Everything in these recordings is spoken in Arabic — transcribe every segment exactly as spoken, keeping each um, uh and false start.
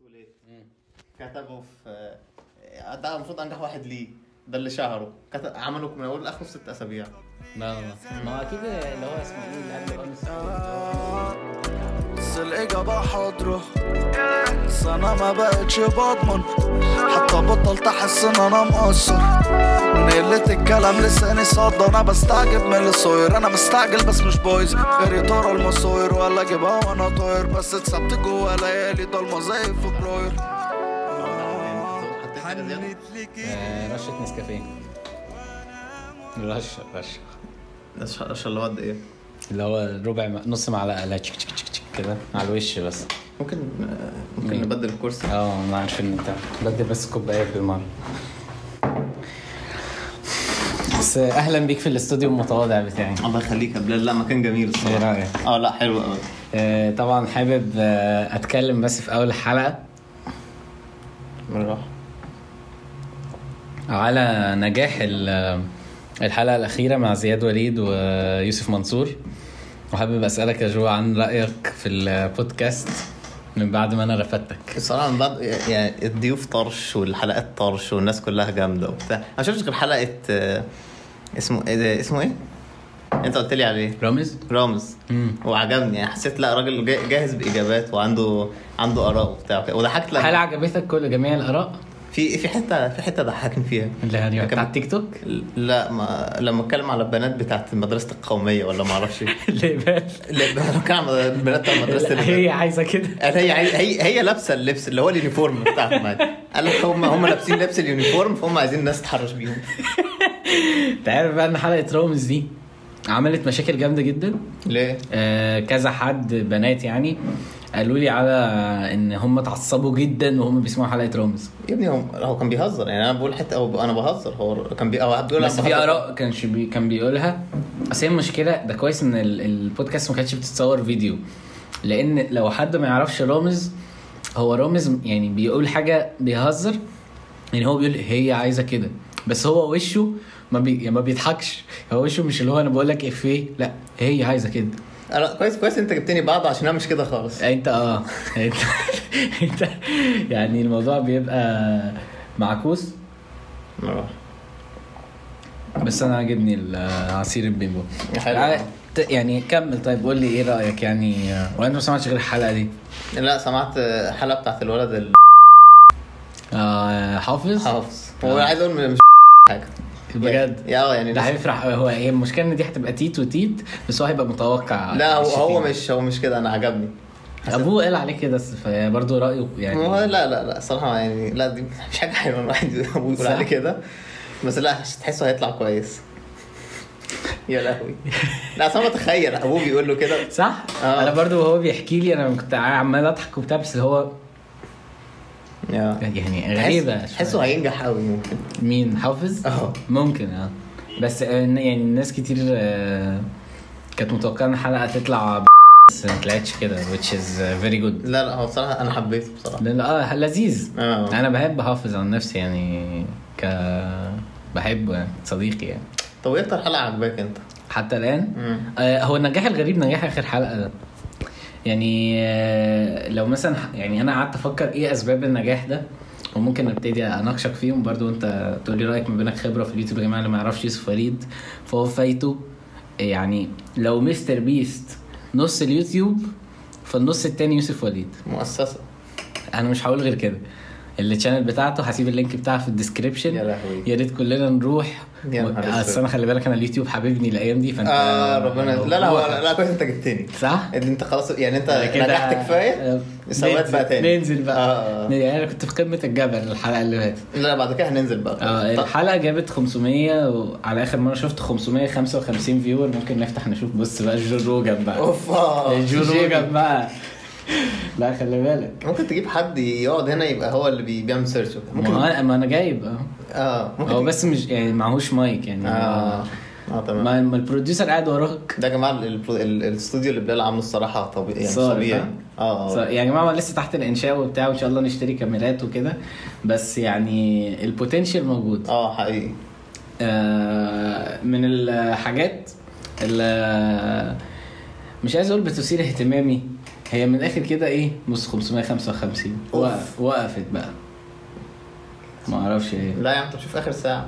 كتبوا في ده المفروض انجح واحد ليه، ده اللي شهره كتب عملوا من اول لاخره ست اسابيع. لا ما اكيد اللي هو اسمه ايه اللي قبل رامز، بس الاجابه حاضره، بس انا ما بقتش بضمن، حتى بطلت احس ان انا مقصر من قلة الكلام، لساني صد. انا بستعجب من الصوير، انا بستعجل بس مش بويز، غيري طار المصوير ولا اجيبها وانا طاير، بس اتثبت جوا ليالي ضلمه زي في بروير. آه رشة نسكافيه، رشة رشة رشة رشة اللي هو قد ايه؟ اللي هو ربع م... نص معلقة لا تشك تشك تشك كده على الوش بس. ممكن ممكن مم. نبدل الكرسي. اه ما عارف ان انت بدل بس كوبايات بالمرة. بس اهلا بيك في الاستوديو المتواضع بتاعي. الله يخليك يا بلال. لا مكان جميل الصراحه. ايه رايك؟ اه لا حلو قوي. آه طبعا حابب آه اتكلم بس في اول حلقة بالراحه على نجاح الحلقة الأخيرة مع زياد وليد ويوسف منصور، وحابب أسألك يا جو عن رأيك في البودكاست من بعد ما أنا رفضتك. الصراحة من بعد يعني الضيوف طرش والحلقات طرش والناس كلها جامدة وبتاع. أنا شفتش غير حلقة اسمه إيه ده اسمه إيه أنت قلت لي عليه؟ رامز رامز مم. وعجبني يعني، حسيت لا راجل جاهز بإجابات وعنده عنده آراء وبتاع وضحكت. هل عجبتك كل جميع الآراء؟ في في حته في حته ضحكني فيها اللي هي بتاع التيك توك. لا ما لما اتكلم على البنات بتاعت مدرسه القوميه ولا ما اعرفش اللي بال لما كان على البنات بتاع مدرسه هي عايزه كده، قال هي هي هي لابسه اللبس اللي هو اليونيفورم بتاعهم عادي. قال لك هم هم لابسين لبس اليونيفورم فهم عايزين الناس تتحرش بيهم. تعرف بقى ان حلقه رامز دي عملت مشاكل جامده جدا. ليه؟ آه كذا حد بنات يعني قالوا لي على ان هم اتعصبوا جدا وهم بيسمعوا حلقه رامز. يا ابني هو هو كان بيهزر يعني، انا بقول حته او انا بهزر، هو كان بي او بيقول بس في اراء كان بي كان بيقولها. اصل المشكله ده كويس ان البودكاست ما كانتش بتتصور فيديو، لان لو حد ما يعرفش رامز، هو رامز يعني بيقول حاجه بيهزر يعني، هو بيقول هي عايزه كده بس هو وشه ما بي يعني ما بيضحكش، هو وشه مش اللي هو انا بقول لك افيه، لا هي عايزه كده. لا كويس كويس انت جبتني بعض عشان انا مش كده خالص. انت اه انت انت يعني الموضوع بيبقى معكوس. بس انا عجبني العصير البيمبو يعني. كمل طيب قول لي ايه رايك يعني، وانت ما سمعتش غير الحلقه دي؟ لا سمعت الحلقه بتاعت الولد ال... اه حافظ حافظ هو آه. عايز اقول مش حاجه بجد يعني, يعني ده هيفرح. هو هي المشكله ان دي هتبقى تيت وتيت، بس هو هيبقى متوقع. لا هو, هو مش هو مش كده، انا عجبني ابوه قال عليه كده فبرضه رايه يعني. لا لا لا صراحه يعني لا دي مش حاجه حلوه الواحد ابوه يقول عليه كده، بس لا تحسه هيطلع كويس. يا لهوي لا صعب اتخيل ابوه بيقول له كده صح. آه. انا برضه وهو بيحكي لي انا كنت عمال اضحك وبتاع، بس هو يعني غريبه. تحسه هينجح قوي. ممكن مين حافظ؟ اه ممكن اه بس يعني الناس كتير كانت متوقعه ان الحلقه تطلع بس ما طلعتش كده which is very good. لا لا هو بصراحه انا حبيته بصراحه. لا اه لذيذ. آه. انا بحب حافظ عن نفسي يعني، ك بحبه يعني صديقي يعني. طب ايه اكتر حلقه عجباك انت حتى الان؟ آه هو النجاح الغريب نجاح اخر حلقه ده يعني. آه لو مثلا يعني انا قعدت افكر ايه اسباب النجاح ده، وممكن ابتدي اناقشك فيهم برضو، انت تقول لي رايك. من بينك خبره في اليوتيوب يا جماعه اللي ما يعرفش يوسف وليد فهو فايته يعني. لو مستر بيست نص اليوتيوب فالنص التاني يوسف وليد مؤسسه. انا مش هقول غير كده. الشانل بتاعته هسيب اللينك بتاعه في الديسكريبشن. يا لهوي يا ريت كلنا نروح. اصل انا خلي بالك انا اليوتيوب حبيبني الايام دي، فانت اه ربنا لا لا لا, لا كويس انت جبتني صح. انت خلاص يعني انت نجحت كفايه. سويت بقى تاني ننزل بقى. آه. يعني انا كنت في قمه الجبل الحلقه اللي فاتت. لا بعد كده هننزل بقى. اه الحلقه جابت خمسمية وعلى اخر مره شفت خمسمية وخمسة وخمسين فيور. ممكن نفتح نشوف. بص بقى جو روجان بقى. اوف جو روجان بقى. لا خلي بالك ممكن تجيب حد يقعد هنا يبقى هو اللي بيعمل سيرش. ممكن ما انا جايب اه اه هو بس مش يعني معهوش مايك يعني. اه اه تمام. ما البروديوسر قاعد وراك ده يا جماعه الاستوديو اللي بلال عامله الصراحه طبيعي يعني طبيعي. اه يا جماعه لسه تحت الانشاء وبتاع، وان شاء الله نشتري كاميرات وكده، بس يعني البوتنشال موجود. اه حقيقي. آه من الحاجات اللي مش عايز اقول بتثير اهتمامي، هي من الاخر كده ايه نص خمسمية وخمسة وخمسين وقف وقفت بقى ما اعرفش ايه. لا يا عم تشوف اخر ساعه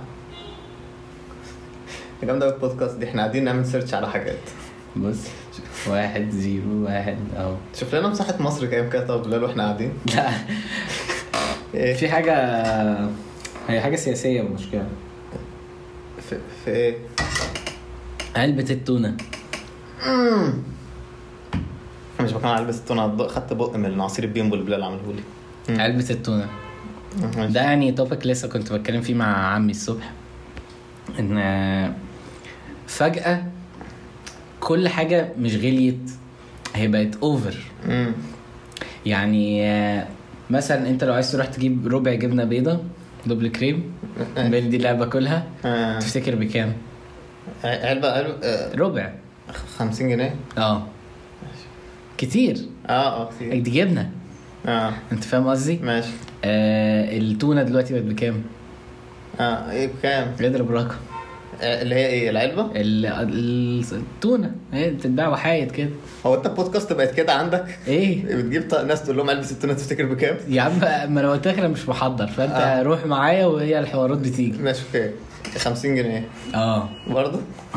يا جامده البودكاست دي احنا قاعدين نعمل سيرش على حاجات. بص واحد زيرو واحد اهو. شوف لنا مساحه مصر كام كده طب بلال واحنا قاعدين. لا إيه؟ في حاجه هي حاجه سياسيه مشكله في في ايه؟ علبه التونه. امم مش بكون علبه التونه خدت بق من العصير البيمبو اللي بلال عمله لي. علبه التونه ده يعني توبك لسه كنت بتكلم فيه مع عمي الصبح ان فجأة كل حاجة مش غليت هي بقت اوفر. امم يعني مثلا انت لو عايز تروح تجيب ربع جبنة بيضة دبل كريم بين دي اللي باكلها آه. تفتكر بكام؟ علبة علبة آه. ربع خمسين جنيه. اه كتير. اه اه كتير. دي جبنة. اه انت فاهم قصدي؟ ماشي. آه التونة دلوقتي بقت بكام؟ اه ايه بكام؟ اضرب رقم. آه اللي هي ايه العلبة؟ التونة هي بتتباع وحايد كده. هو انت بودكاست بقت كده عندك؟ ايه بتجيب ناس تقول لهم علبة التونة تفتكر بكام؟ يا عم ما انا قلت لك انا مش محضر فانت آه. روح معايا وهي الحوارات بتيجي. ماشي اوكي. خمسين جنيه. اه برضه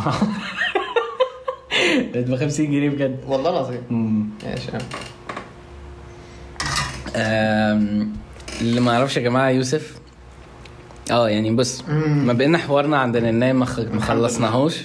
ب خمسين جنيه بجد والله العظيم. ماشي. امم اللي ما اعرفش يا جماعه يوسف اه يعني بص ما بقينا حوارنا عندنا النايم ما خلصناهوش.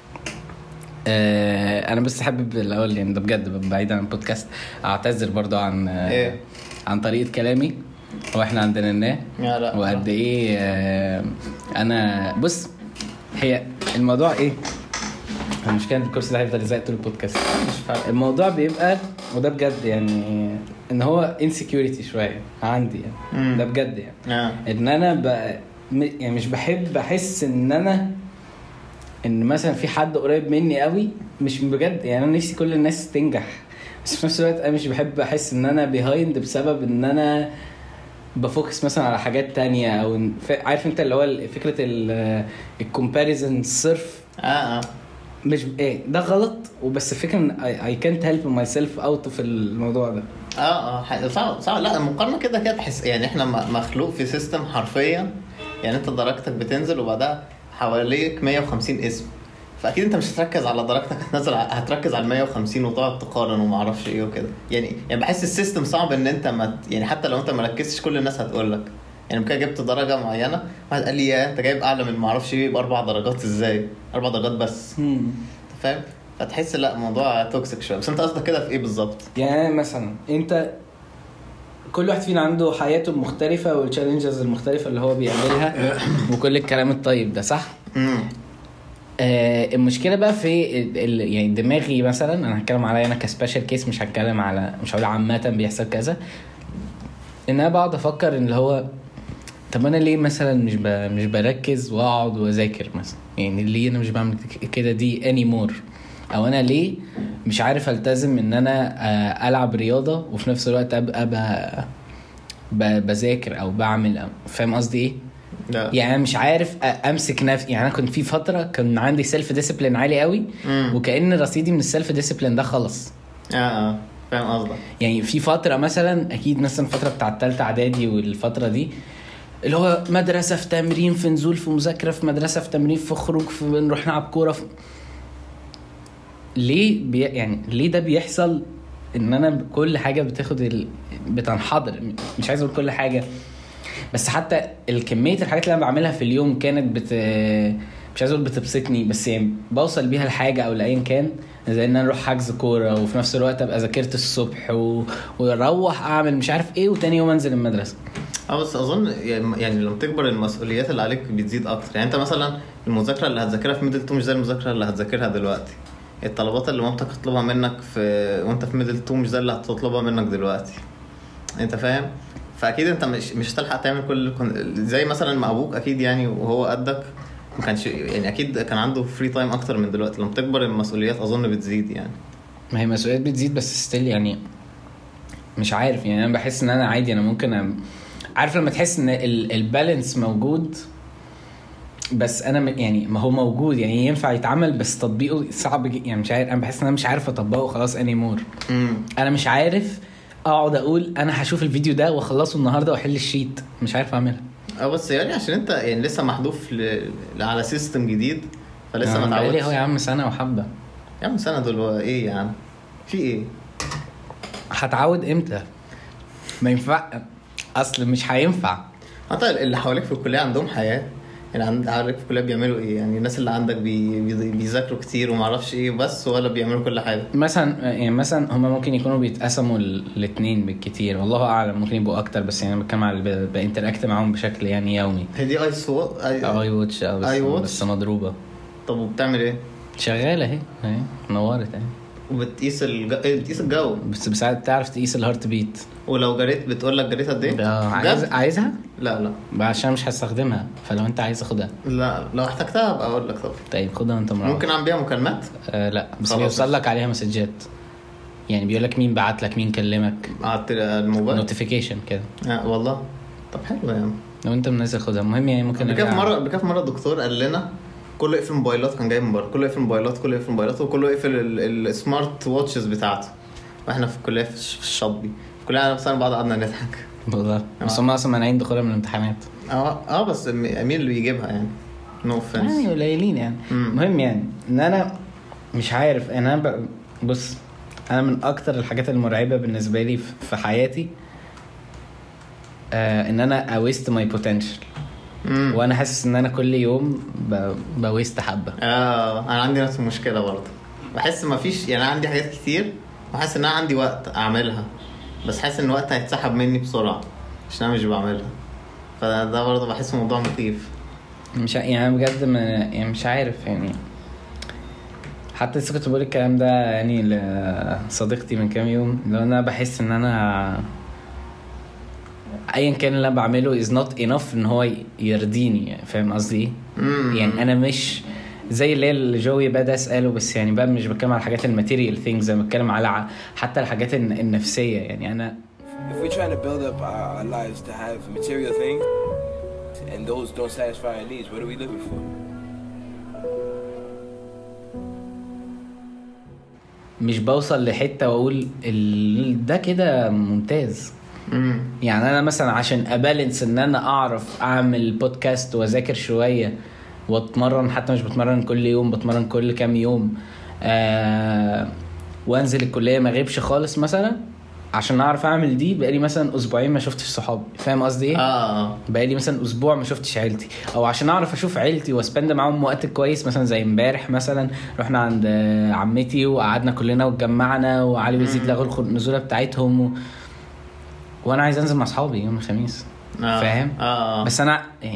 آه انا بس حابب الاول يعني ده بجد بعيدا عن البودكاست اعتذر برضو عن آه إيه؟ عن طريقه كلامي. هو احنا عندنا الناه وقد ايه آه انا بص هي الموضوع ايه المشكله الكرسي ده هيفضل يزق طول البودكاست. الموضوع بيبقى وده بجد يعني ان هو insecurity شويه عندي يعني مم. ده بجد يعني آه. ان انا ب... يعني مش بحب احس ان انا ان مثلا في حد قريب مني قوي مش بجد يعني انا نفسي كل الناس تنجح بس في نفس الوقت انا مش بحب احس ان انا behind بسبب ان انا بفوكس مثلا على حاجات تانية او عارف انت اللي هو فكره الكومباريزن الصرف. اه اه مش ايه ده غلط وبس فكرة ان I can't help myself out في الموضوع ده. اه اه صعب صعب. لا المقارنة كده كده تحس يعني احنا مخلوق في سيستم حرفيا يعني انت درجتك بتنزل وبعدها حواليك مية وخمسين اسم فاكيد انت مش هتركز على درجتك هتنزل هتركز على مية وخمسين وتقعد تقارن وما اعرفش ايه وكده يعني يعني بحس السيستم صعب ان انت ما يعني حتى لو انت ما ركزتش كل الناس هتقول لك يعني ممكن جبت درجه معينه واحد قال لي يا انت جايب اعلى من ما اعرفش ايه باربع درجات ازاي اربع درجات بس انت فاهم فتحس لا موضوع توكسيك شويه بس انت قصدك كده في ايه بالظبط يعني مثلا انت كل واحد فينا عنده حياته المختلفه والتشالنجز المختلفه اللي هو بيعملها وكل الكلام الطيب ده صح امم آه المشكله بقى في ال... يعني دماغي مثلا انا هتكلم عليا انا كسبيشال كيس مش هتكلم على مش هقول عامه بيحصل كذا ان انا بقعد افكر ان اللي هو طب انا ليه مثلا مش ب... مش بركز واقعد واذاكر مثلا يعني ليه انا مش بعمل كده دي اني مور او انا ليه مش عارف التزم ان انا العب رياضه وفي نفس الوقت ابقى ب... ب... بذاكر او بعمل أو... فاهم قصدي ايه لا. يعني مش عارف امسك نفسي يعني انا كنت في فتره كان عندي سيلف ديسيبلين عالي قوي مم. وكأن رصيدي من السيلف ديسيبلين ده خلص اه اه فاهم قصدك يعني في فتره مثلا اكيد مثلا فتره بتاعه ثالثه اعدادي والفتره دي اللي هو مدرسه في تمرين في نزول في مذاكره في مدرسه في تمرين في خروج في نروح نلعب كوره في... ليه بي... يعني ليه ده بيحصل ان انا كل حاجه بتاخد ال... بتنحدر مش عايز اقول كل حاجه بس حتى الكميه الحاجات اللي انا بعملها في اليوم كانت بت مش عايز اقول بتبسطني بس يعني بوصل بيها لحاجه او لاين كان زي ان انا اروح حجز كوره وفي نفس الوقت ابقى ذاكرت الصبح و... واروح اعمل مش عارف ايه وتاني يوم انزل المدرسه اه بس اظن يعني لما تكبر المسؤوليات اللي عليك بتزيد اكتر يعني انت مثلا المذاكره اللي هتذاكرها في ميدل تو مش زي المذاكره اللي هتذاكرها دلوقتي الطلبات اللي مامتك هتطلبها منك في وانت في ميدل تو مش زي اللي هتطلبها منك دلوقتي انت فاهم فاكيد انت مش مش هتلحق تعمل كل زي مثلا مع ابوك اكيد يعني وهو قدك ما كانش يعني اكيد كان عنده فري تايم اكتر من دلوقتي لما تكبر المسؤوليات اظن بتزيد يعني ما هي مسؤوليات بتزيد بس ستيل يعني مش عارف يعني انا بحس ان انا عادي انا ممكن أم... عارف لما تحس ان البالانس موجود بس انا م- يعني ما هو موجود يعني ينفع يتعمل بس تطبيقه صعب جي- يعني مش عارف انا بحس ان انا مش عارف اطبقه خلاص اني مور امم انا مش عارف اقعد اقول انا هشوف الفيديو ده واخلصه النهارده واحل الشيت مش عارف اعملها اه بس يعني عشان انت يعني لسه محذوف ل... على سيستم جديد فلسه ما بقالي تعودتش. اهو يا عم سنه وحبه يا عم سنه دول هو ايه يا عم في ايه؟ هتعود امتى ما ينفع اصل مش هينفع انت اللي حواليك في الكليه عندهم حياه يعني عند حواليك في الكليه بيعملوا ايه يعني الناس اللي عندك بي... بي... بيذاكروا كتير وما اعرفش ايه بس ولا بيعملوا كل حاجه. مثلا يعني مثلا هما ممكن يكونوا بيتقسموا الاثنين بالكتير والله اعلم ممكن يبقوا اكتر بس يعني انا بتكلم على ب- بانتراكت معاهم بشكل يعني يومي هي دي اي سو اي, اي واتش اه بس, آي واتش؟ بس مضروبه طب وبتعمل ايه؟ شغاله اهي اهي نورت اهي وبتقيس الج... إيه، بتقيس الجو بس بساعد تعرف تقيس الهارت بيت ولو جريت بتقول لك جريت قد ايه؟ اه عايز بجد؟ عايزها لا لا بقى عشان مش هستخدمها فلو انت عايز خدها لا لو احتجتها ابقى اقول لك. طب طيب خدها وانت مروح ممكن اعمل بيها مكالمات آه لا بس خلاص. بيوصل لك عليها مسجات يعني بيقول لك مين بعت لك مين كلمك على التل- الموبايل نوتيفيكيشن كده آه والله. طب حلو يا عم. لو انت منزل خدها المهم يعني ممكن قبل كده في نرجع- مره قبل كده في مره الدكتور قال لنا كله يقفل موبايلات. كان جاي من بره كله يقفل موبايلات كله يقفل موبايلات وكله يقفل ال- السمارت واتشز بتاعته. واحنا في الكليه في الش- في الشطبي في الكليه انا بصراحه بعض قعدنا نضحك. والله بس هم اصلا مانعين دخولها من الامتحانات اه اه بس م- مين اللي بيجيبها يعني؟ نو no يعني offense. قليلين يعني مم. المهم يعني ان انا مش عارف انا ب... بص انا من اكتر الحاجات المرعبه بالنسبه لي في في حياتي آه ان انا اويست ماي بوتنشال مم. وانا حاسس ان انا كل يوم ب... بويست حبه اه انا عندي نفس المشكله برضه. بحس ما فيش يعني أنا عندي حاجات كتير وحاسس ان انا عندي وقت اعملها بس حاسس ان الوقت هيتسحب مني بسرعه عشان انا مش بعملها. فده برضه بحس موضوع مخيف. مش ع- يعني أنا بجد ما... يعني مش عارف يعني حتى لسه كنت بقول الكلام ده يعني لصديقتي من كام يوم لو انا بحس ان انا ايا كان اللي انا بعمله is not enough ان هو يرضيني يعني فاهم قصدي ايه مم. يعني انا مش زي اللي اللي جوي بدا اساله بس يعني بقى مش بتكلم على الحاجات الماتيريال ثينجز انا بتكلم على ع- حتى الحاجات الن- النفسيه يعني انا If we're trying to build up our, our lives to have material things, and those don't satisfy our needs, what are we looking for? مش بوصل لحته واقول ال- ده كده ممتاز مم. يعني انا مثلا عشان ابالانس ان انا اعرف اعمل بودكاست واذاكر شويه واتمرن حتى مش بتمرن كل يوم بتمرن كل كام يوم آه وانزل الكليه ما غيبش خالص مثلا عشان اعرف اعمل دي بقالي مثلا اسبوعين ما شفتش صحابي فاهم قصدي ايه اه بقالي مثلا اسبوع ما شفتش عيلتي او عشان اعرف اشوف عيلتي واسبند معاهم وقت كويس مثلا زي امبارح مثلا رحنا عند آه، عمتي وقعدنا كلنا واتجمعنا وعلي وزيد لغوا الخ- النزوله بتاعتهم و... وانا عايز انزل مع اصحابي يوم الخميس آه. فاهم اه بس انا يعني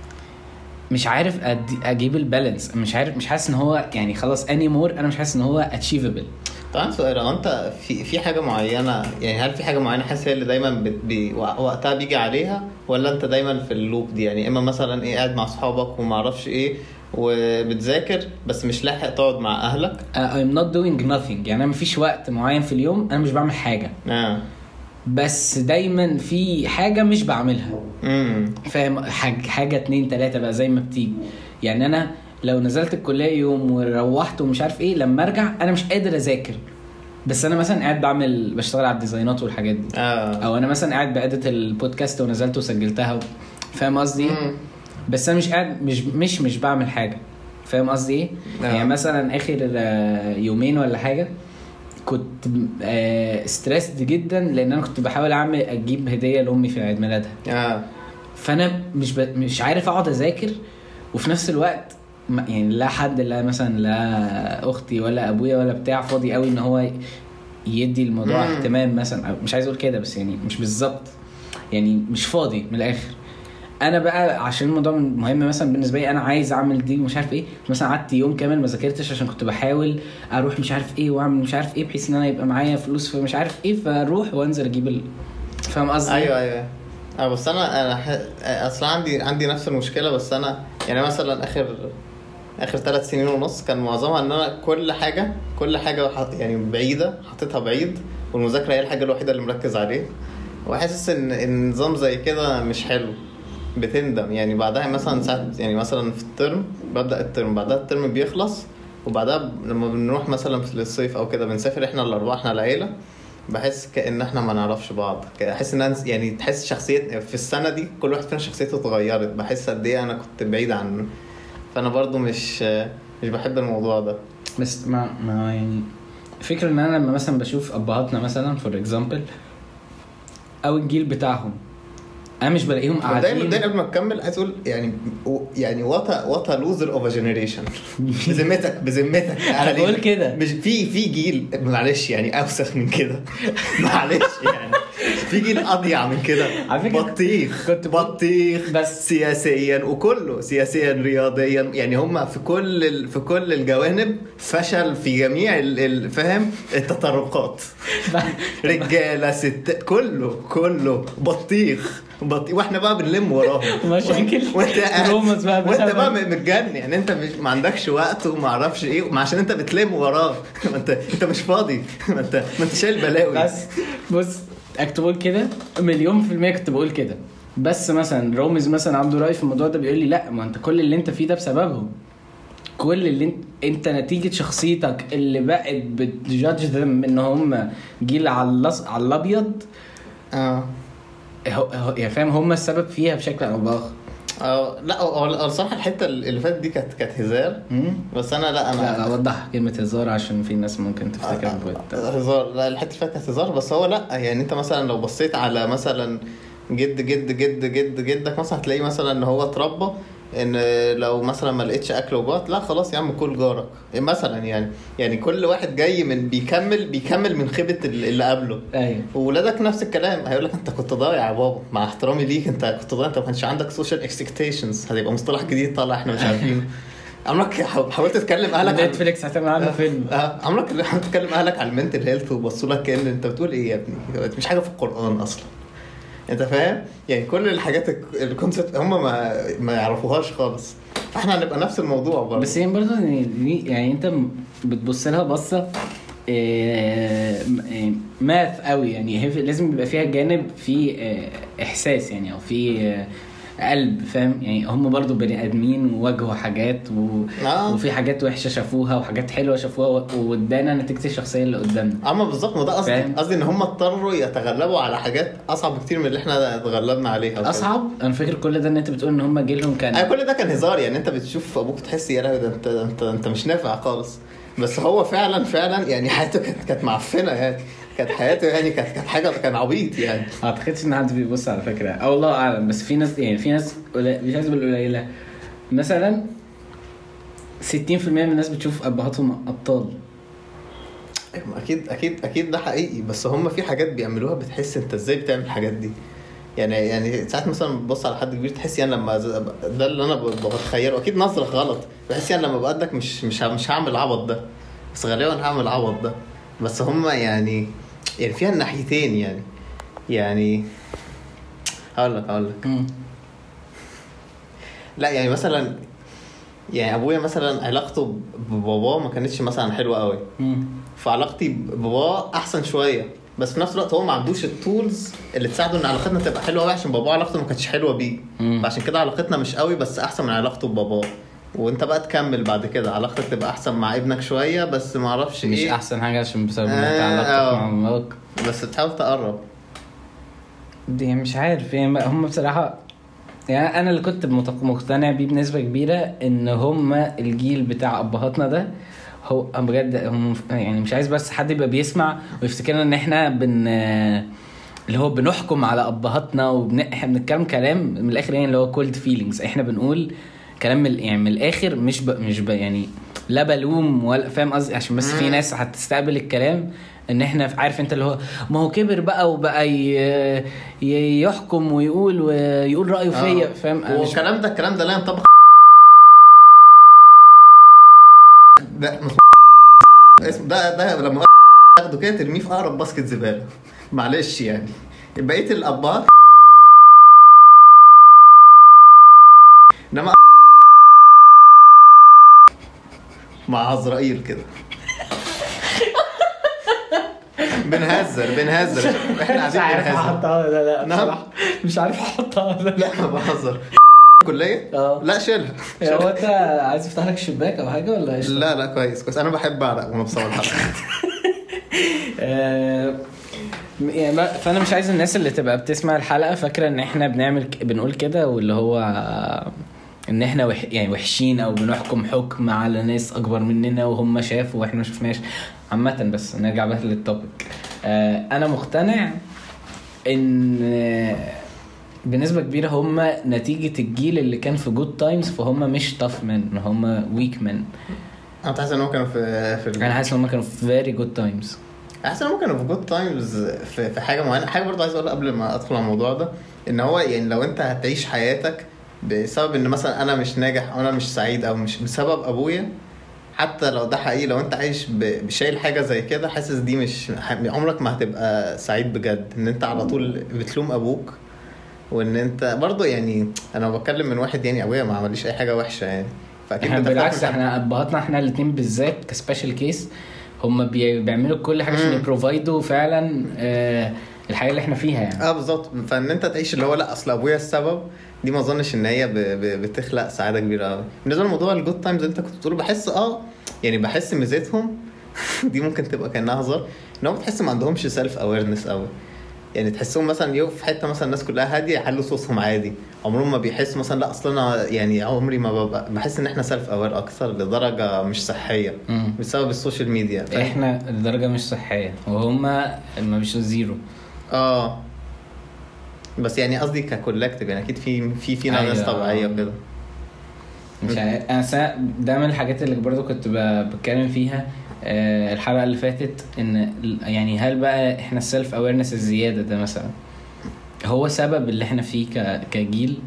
مش عارف أدي اجيب البالانس مش عارف مش حاسس ان هو يعني خلاص اني مور انا مش حاسس ان هو اتشيفبل طبعا سؤال هو انت في في حاجه معينه يعني هل في حاجه معينه حاسس هي اللي دايما بت- بي وقتها بيجي عليها ولا انت دايما في اللوب دي يعني اما مثلا ايه قاعد مع اصحابك وما اعرفش ايه وبتذاكر بس مش لاحق تقعد مع اهلك. I'm not doing nothing يعني انا مفيش وقت معين في اليوم انا مش بعمل حاجه اه بس دايما في حاجه مش بعملها امم فاهم حاجه, حاجة اتنين تلاته بقى زي ما بتيجي يعني انا لو نزلت الكليه يوم وروحت ومش عارف ايه لما ارجع انا مش قادر اذاكر بس انا مثلا قاعد بعمل بشتغل على الديزاينات والحاجات دي اه او انا مثلا قاعد بأدت البودكاست ونزلته وسجلتها و... فاهم قصدي مم. بس انا مش قاعد مش مش مش بعمل حاجه فاهم قصدي ايه آه. يعني مثلا اخر آه، يومين ولا حاجه كنت ستريسد جدا لان انا كنت بحاول اعمل اجيب هديه لامي في عيد ميلادها اه فانا مش ب... مش عارف اقعد اذاكر وفي نفس الوقت ما- يعني لا حد لا مثلا لا اختي ولا ابويا ولا بتاع فاضي قوي ان هو يدي الموضوع مم. اهتمام مثلا أو مش عايز اقول كده بس يعني مش بالظبط يعني مش فاضي من الاخر انا بقى عشان الموضوع مهم مثلا بالنسبه لي انا عايز اعمل دي ومش عارف ايه مثلا قعدت يوم كامل ما ذاكرتش عشان كنت بحاول اروح مش عارف ايه واعمل مش عارف ايه بحيث ان انا يبقى معايا فلوس فمش عارف ايه فاروح وانزل اجيب ال... فاهم قصدي ايوه ايوه اه بس انا انا ح... اصلا عندي عندي نفس المشكله بس انا يعني مثلا اخر اخر ثلاث سنين ونص كان معظمها ان انا كل حاجه كل حاجه حط... يعني بعيده حطيتها بعيد والمذاكره هي الحاجه الوحيده اللي مركز عليها وحاسس ان النظام زي كده مش حلو بتندم يعني بعدها مثلا ساعات يعني مثلا في الترم ببدا الترم بعدها الترم بيخلص وبعدها لما بنروح مثلا في الصيف او كده بنسافر احنا الاربعه احنا العيله بحس كأن احنا ما نعرفش بعض احس ان أنا يعني تحس شخصيه في السنه دي كل واحد فينا شخصيته اتغيرت بحس قد ايه انا كنت بعيد عنه فانا برضو مش مش بحب الموضوع ده بس ما ما يعني فكرة ان انا لما مثلا بشوف ابهاتنا مثلا فور اكزامبل او الجيل بتاعهم انا مش بلاقيهم قاعدين دايما دايما قبل ما تكمل عايز اقول يعني يعني وات وات لوزر اوف ا جنريشن بذمتك بذمتك انا بقول كده مش في في جيل معلش يعني اوسخ من كده معلش يعني في جيل اضيع من كده بطيخ كنت بطيخ بس سياسيا وكله سياسيا رياضيا يعني هم في كل ال... في كل الجوانب فشل في جميع الفهم التطرقات رجاله ست كله كله بطيخ بطيخ واحنا بقى بنلم وراهم مشاكل وانت بقى وانت بقى متجنن يعني انت مش ما عندكش وقت وما اعرفش ايه ما عشان انت بتلم وراه ما انت انت مش فاضي ما انت ما انت شايل بلاوي بس بص اكتبول كده مليون في المية كنت بقول كده بس مثلا رومز مثلا عنده رأي في الموضوع ده بيقول لي لا ما انت كل اللي انت فيه ده بسببهم كل اللي انت, انت نتيجة شخصيتك اللي بقت بتجادج them ان هم جيل على على الابيض اه يعني فاهم هم السبب فيها بشكل او باخر اه لا الصراحه الحته اللي فاتت دي كانت كانت هزار بس انا لا انا لا اوضح كلمه هزار عشان في ناس ممكن تفتكر آه هزار لا الحته اللي فاتت كانت هزار بس هو لا يعني انت مثلا لو بصيت على مثلا جد جد جد جد جدك مثلا هتلاقي مثلا ان هو اتربى ان لو مثلا ما لقيتش اكل وجات لا خلاص يا عم كل جارك مثلا يعني يعني كل واحد جاي من بيكمل بيكمل من خيبه اللي قبله ايوه وولادك نفس الكلام هيقول لك انت كنت ضايع يا بابا مع احترامي ليك انت كنت ضايع انت ما كانش عندك سوشيال اكسبكتيشنز هتبقى مصطلح جديد طالع احنا مش عارفينه عمرك حاولت تتكلم اهلك عن نتفليكس هتعمل عنه فيلم عمرك حاولت تتكلم اهلك على المنتل هيلث وبصوا لك كأن انت بتقول ايه يا ابني مش حاجه في القرآن اصلا انت فاهم يعني كل الحاجات الكونسبت هم ما ما يعرفوهاش خالص فاحنا هنبقى نفس الموضوع برضه بس يعني برضه يعني انت بتبص لها بصه ماث قوي يعني هي لازم يبقى فيها جانب في احساس يعني او في قلب فاهم يعني هم برضو بني ادمين وواجهوا حاجات و... آه. وفي حاجات وحشه شافوها وحاجات حلوه شافوها وادانا نتيجه الشخصيه اللي قدامنا اما بالظبط ما ده قصدي قصدي ان هم اضطروا يتغلبوا على حاجات اصعب بكتير من اللي احنا اتغلبنا عليها اصعب انا فاكر كل ده ان انت بتقول ان هم جيلهم كان آه كل ده كان هزار يعني انت بتشوف ابوك تحس يا لهوي ده انت انت انت مش نافع خالص بس هو فعلا فعلا يعني حياته كانت كانت معفنه يعني كانت حياته يعني كانت كانت حاجه كان عبيط يعني ما اعتقدش ان حد بيبص على فكره او الله اعلم بس في ناس يعني في ناس مش عايز اقول قليله مثلا ستين في المية من الناس بتشوف ابهاتهم ابطال اكيد اكيد اكيد ده حقيقي بس هم في حاجات بيعملوها بتحس انت ازاي بتعمل الحاجات دي يعني يعني ساعات مثلا بتبص على حد كبير تحس يعني لما ده اللي انا بتخيله اكيد نظره غلط بحس يعني لما بقدك مش مش مش هعمل العبط ده بس غالبا هعمل العبط ده بس هم يعني يعني فيها الناحيتين يعني يعني هقول لك هقول لك لا يعني مثلا يعني ابويا مثلا علاقته بباباه ما كانتش مثلا حلوه قوي فعلاقتي بباباه احسن شويه بس في نفس الوقت هو ما عندوش التولز اللي تساعده ان علاقتنا تبقى حلوه قوي عشان باباه علاقته ما كانتش حلوه بيه فعشان كده علاقتنا مش قوي بس احسن من علاقته بباباه وانت بقى تكمل بعد كده علاقتك تبقى احسن مع ابنك شويه بس ما اعرفش مش ايه احسن حاجه عشان بسبب آه علاقتك مع مامك بس تحاول تقرب دي مش عارف يعني هم بصراحه يعني انا اللي كنت مقتنع بيه بنسبه كبيره ان هم الجيل بتاع ابهاتنا ده هو بجد هم يعني مش عايز بس حد يبقى بيسمع ويفتكرنا ان احنا بن اللي هو بنحكم على ابهاتنا وبن احنا بنتكلم كلام من الاخر يعني اللي هو كولد فيلينجز احنا بنقول كلام من يعني من الاخر مش ب... مش ب... يعني لا بلوم ولا فاهم قصدي عشان بس في ناس هتستقبل الكلام ان احنا عارف انت اللي هو ما هو كبر بقى وبقى ي... يحكم ويقول ويقول رايه فيا فاهم والكلام ده الكلام ده لا ينطبق ده اسم ده ده لما تاخده كده ترميه في اقرب باسكت زباله معلش يعني بقيه الابات انما مع عزرائيل كده بنهزر بنهزر احنا مش قاعدين عارف بنهزر. احطها ولا لا نعم. بصراحة. مش عارف احطها ولا لا. لا ما بهزر. كلية اه لا شيلها. هو انت عايز افتح لك الشباك او حاجه ولا ايش؟ لا لا كويس كويس انا بحب اعرق وانا بصور الحلقه. آه، يعني ما- فانا مش عايز الناس اللي تبقى بتسمع الحلقه فاكره ان احنا بنعمل ك- بنقول كده واللي هو آه، ان احنا وح يعني وحشين او بنحكم حكم على ناس اكبر مننا وهم شافوا واحنا ما شفناش عامه. بس نرجع بقى للتوبيك. آه، انا مقتنع ان آه، بنسبه كبيره هم نتيجه الجيل اللي كان في جود تايمز فهم مش tough men هم weak men. انا حاسس ان هم كانوا في في ال- انا حاسس ان هم كانوا في very good times. حاسس ان هم كانوا في جود تايمز في في حاجه معينه. حاجه برضه عايز اقولها قبل ما ادخل على الموضوع ده ان هو يعني لو انت هتعيش حياتك بسبب ان مثلا انا مش ناجح او انا مش سعيد او مش بسبب ابويا حتى لو ده حقيقي لو انت عايش ب- بشايل حاجه زي كده حاسس دي مش عمرك ما هتبقى سعيد بجد ان انت على طول بتلوم ابوك وان انت برضه يعني انا بتكلم من واحد يعني ابويا ما عمليش اي حاجه وحشه يعني فاكيد احنا ده بالعكس بتاعت- احنا ابهاتنا احنا الاثنين بالذات كسبيشال كيس هم بي- بيعملوا كل حاجه عشان مم. يبروفايدوا فعلا آه الحاجه اللي احنا فيها يعني. اه بالظبط. فان انت تعيش اللي هو لا اصل ابويا السبب دي ما اظنش ان هي ب... ب... بتخلق سعاده كبيره قوي. بالنسبه لموضوع الجود تايمز اللي انت كنت بتقوله بحس اه يعني بحس ميزتهم دي ممكن تبقى كانها هزار ان هم بتحس ما عندهمش سيلف اويرنس قوي. يعني تحسهم مثلا يقف في حته مثلا الناس كلها هاديه يحلوا صوصهم عادي عمرهم ما بيحسوا مثلا لا اصلا انا يعني عمري ما ببقى بحس ان احنا سيلف اوير اكثر لدرجه مش صحيه مم. بسبب السوشيال ميديا فاهم؟ احنا الدرجه مش صحيه وهم ما بيش زيرو. اه بس يعني قصدي ككولكتيف يعني اكيد في في فينا أيوة. ناس طبيعيه وكده. مش عارف انا سا... ده من الحاجات اللي برضو كنت ب... بتكلم فيها آه الحلقه اللي فاتت ان ال- يعني هل بقى احنا السيلف اويرنس الزياده ده مثلا هو سبب اللي احنا فيه ك... كجيل.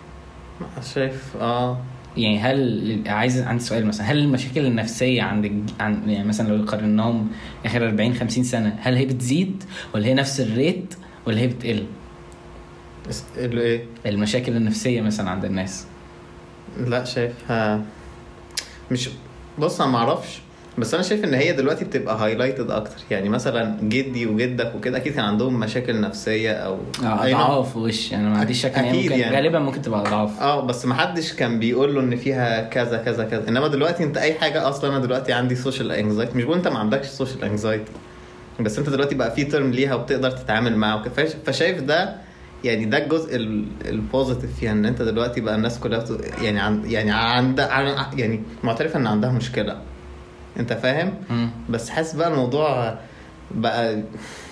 شايف اه يعني هل عايز عندي سؤال مثلا هل المشاكل النفسيه عند الج- عن يعني مثلا لو قارناهم اخر أربعين خمسين سنه هل هي بتزيد ولا هي نفس الريت ولا هي بتقل؟ اس- اللي ايه المشاكل النفسيه مثلا عند الناس. لا شايف ها مش بص انا ما اعرفش بس انا شايف ان هي دلوقتي بتبقى هايلايتد اكتر. يعني مثلا جدي وجدك وكده اكيد كان عندهم مشاكل نفسيه او اه أي نوع. اضعاف وش انا ما عنديش شك ان هي أكيد ممكن يعني. غالبا ممكن تبقى اضعاف. اه بس ما حدش كان بيقول له ان فيها كذا كذا كذا. انما دلوقتي انت اي حاجه اصلا انا دلوقتي عندي سوشيال انكزايتي مش بقول انت ما عندكش سوشيال انكزايتي بس انت دلوقتي بقى في ترم ليها وبتقدر تتعامل معاها وكده. فش- فشايف ده يعني ده الجزء ال- البوزيتيف فيها ان انت دلوقتي بقى الناس كلها بت- يعني عن يعني عند عن- يعني معترفه ان عندها مشكله انت فاهم. مم. بس حاسس بقى الموضوع بقى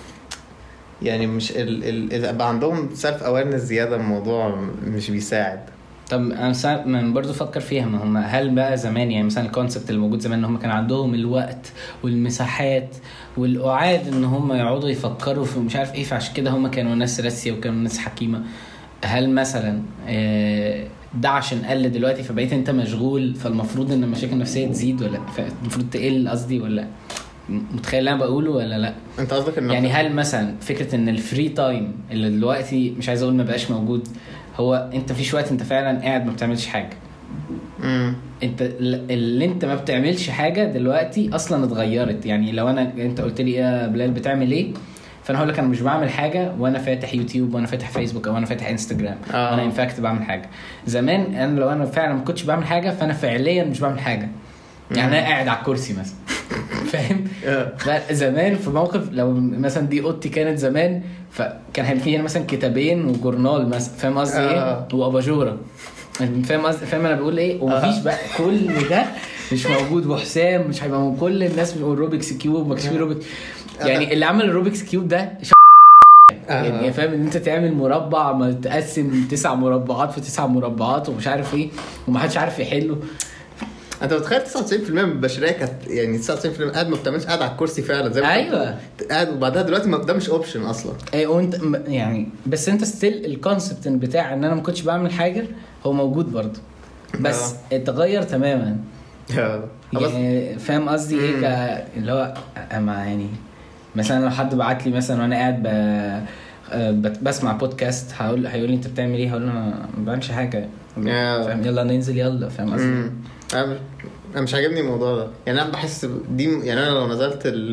يعني مش ال ال إذا بقى عندهم سيلف اويرنس زياده الموضوع مش بيساعد. طب انا سا... من برضو فكر فيها ما هم هل بقى زمان يعني مثلا الكونسبت اللي موجود زمان ان هم كان عندهم الوقت والمساحات والقعاد ان هم يقعدوا يفكروا في مش عارف ايه فعشان كده هم كانوا ناس راسيه وكانوا ناس حكيمه. هل مثلا آه، ده عشان قل دلوقتي فبقيت انت مشغول فالمفروض ان المشاكل النفسيه تزيد ولا المفروض تقل قصدي ولا متخيل اللي انا بقوله ولا لا؟ انت قصدك ان يعني هل مثلا فكره ان الفري تايم اللي دلوقتي مش عايز اقول ما بقاش موجود هو انت فيش وقت انت فعلا قاعد ما بتعملش حاجه. امم انت اللي انت ما بتعملش حاجه دلوقتي اصلا اتغيرت. يعني لو انا انت قلت لي يا بلال بتعمل ايه فانا هقول لك انا مش بعمل حاجه وانا فاتح يوتيوب وانا فاتح فيسبوك او انا فاتح انستجرام. آه. انا انفاكت بعمل حاجه. زمان انا لو انا فعلا ما كنتش بعمل حاجه فانا فعليا مش بعمل حاجه. يعني انا قاعد على الكرسي مثلا فاهم. زمان في موقف لو مثلا دي اوضتي كانت زمان فكان فيها مثلا كتابين وجورنال مثلا فاهم قصدي آه. ايه واباجوره فاهم قصدي فاهم انا بقول ايه ومفيش بقى كل ده مش موجود وحسام مش هيبقى موجود. كل الناس بيقول روبكس كيوب ما كانش في روبكس. يعني اللي عمل الروبكس كيوب ده يعني فاهم ان انت تعمل مربع ما تقسم تسع مربعات في تسع مربعات ومش عارف ايه ومحدش عارف يحله. انت متخيل تسعة وتسعين بالمية من البشريه كانت يعني تسعة وتسعين بالمية قاعد ما بتعملش قاعد على الكرسي فعلا زي ما ايوه قاعد وبعدها دلوقتي ما ده مش اوبشن اصلا. اي وانت يعني بس انت ستيل الكونسبت بتاع ان انا ما كنتش بعمل حاجه هو موجود برضه بس آه. اتغير تماما. اه خلاص. يعني فاهم قصدي ايه ك- اللي هو اما يعني مثلا لو حد بعت لي مثلا وانا قاعد ب... بت- بسمع بودكاست هقول هيقول لي انت بتعمل ايه هقول له انا ما بعملش حاجه آه. فاهم يلا ننزل يلا فاهم قصدي. امم انا مش- أنا مش عاجبني الموضوع ده. يعني انا بحس دي يعني انا لو نزلت ال...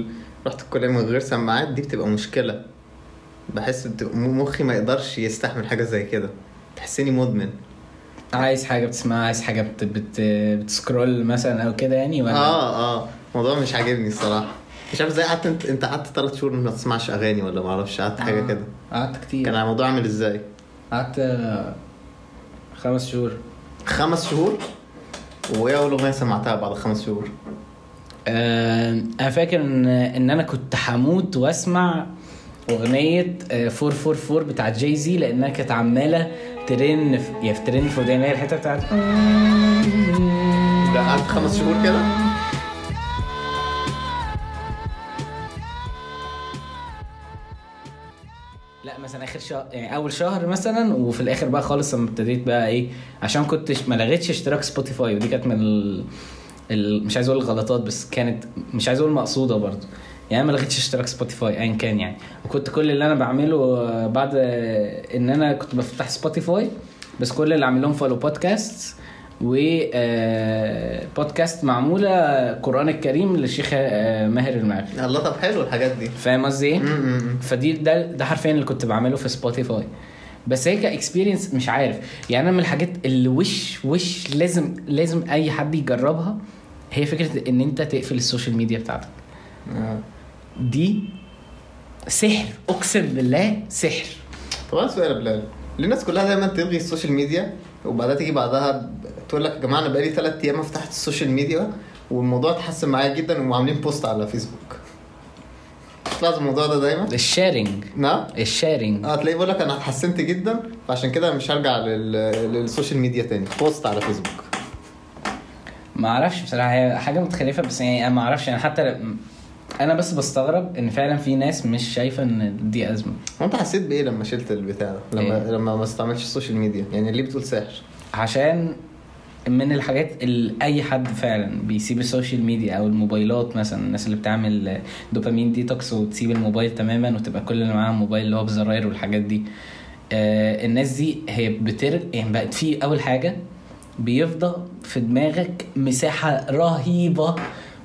رحت الكليه من غير سماعات دي بتبقى مشكله. بحس بتبقى مخي ما يقدرش يستحمل حاجه زي كده، تحسني مدمن. عايز حاجه بتسمعها، عايز حاجه بت... بت... بتسكرول مثلا او كده يعني ولا؟ اه اه الموضوع مش عاجبني الصراحه. مش عارف ازاي قعدت انت انت قعدت ثلاث شهور ما تسمعش اغاني ولا ما اعرفش، قعدت حاجه آه. كده. قعدت كتير. كان الموضوع عامل ازاي؟ قعدت خمس شهور. خمس شهور؟ وايه اول اغنيه سمعتها بعد خمس شهور؟ آه انا فاكر ان ان انا كنت هموت واسمع اغنيه فور فور فور بتاعت جاي زي، لانها كانت عماله ترن في يا في ترن في وداني الحته بتاعت ده. قعدت خمس شهور كده. لا مثلا اخر شهر يعني اول شهر مثلا، وفي الاخر بقى خالص لما ابتديت بقى ايه، عشان كنت ما لغيتش اشتراك سبوتيفاي، ودي كانت من ال... ال... مش عايز اقول الغلطات بس كانت مش عايز اقول مقصوده برضو يعني. ما لغيتش اشتراك سبوتيفاي ايا كان يعني. وكنت كل اللي انا بعمله بعد ان انا كنت بفتح سبوتيفاي بس كل اللي عامل لهم فولو بودكاست و بودكاست معموله قرآن الكريم للشيخ ماهر المعري. الله طب حلو الحاجات دي. فاهم قصدي ايه؟ فدي ده ده حرفيا اللي كنت بعمله في سبوتيفاي. بس هي كاكسبيرينس مش عارف يعني. انا من الحاجات اللي وش وش لازم لازم اي حد يجربها هي فكره ان انت تقفل السوشيال ميديا بتاعتك. آه. دي سحر، اقسم بالله سحر. طبعا سؤال يا بلال، ليه الناس كلها دايما تلغي السوشيال ميديا وبعدها تيجي بعدها تقول لك يا جماعه انا بقالي ثلاث ايام فتحت السوشيال ميديا والموضوع اتحسن معايا جدا وعاملين بوست على فيسبوك؟ تلاحظ الموضوع ده دايما الشيرنج. نعم الشيرنج اه تلاقيه بيقول لك انا اتحسنت جدا فعشان كده مش هرجع لل... للسوشيال ميديا تاني، بوست على فيسبوك. ما اعرفش بصراحه، هي حاجه متخلفه بس يعني انا ما اعرفش يعني. حتى انا بس بستغرب ان فعلا في ناس مش شايفه ان دي ازمه. وانت حسيت بايه لما شلت البتاع ده؟ لما إيه؟ لما ما استعملتش السوشيال ميديا يعني؟ ليه بتقول سحر؟ عشان من الحاجات اللي اي حد فعلا بيسيب السوشيال ميديا او الموبايلات، مثلا الناس اللي بتعمل دوبامين ديتوكس وتسيب الموبايل تماما وتبقى كل اللي معاها موبايل اللي هو بزراير والحاجات دي، آه الناس دي هي بتر يعني بقت في اول حاجه بيفضى في دماغك مساحه رهيبه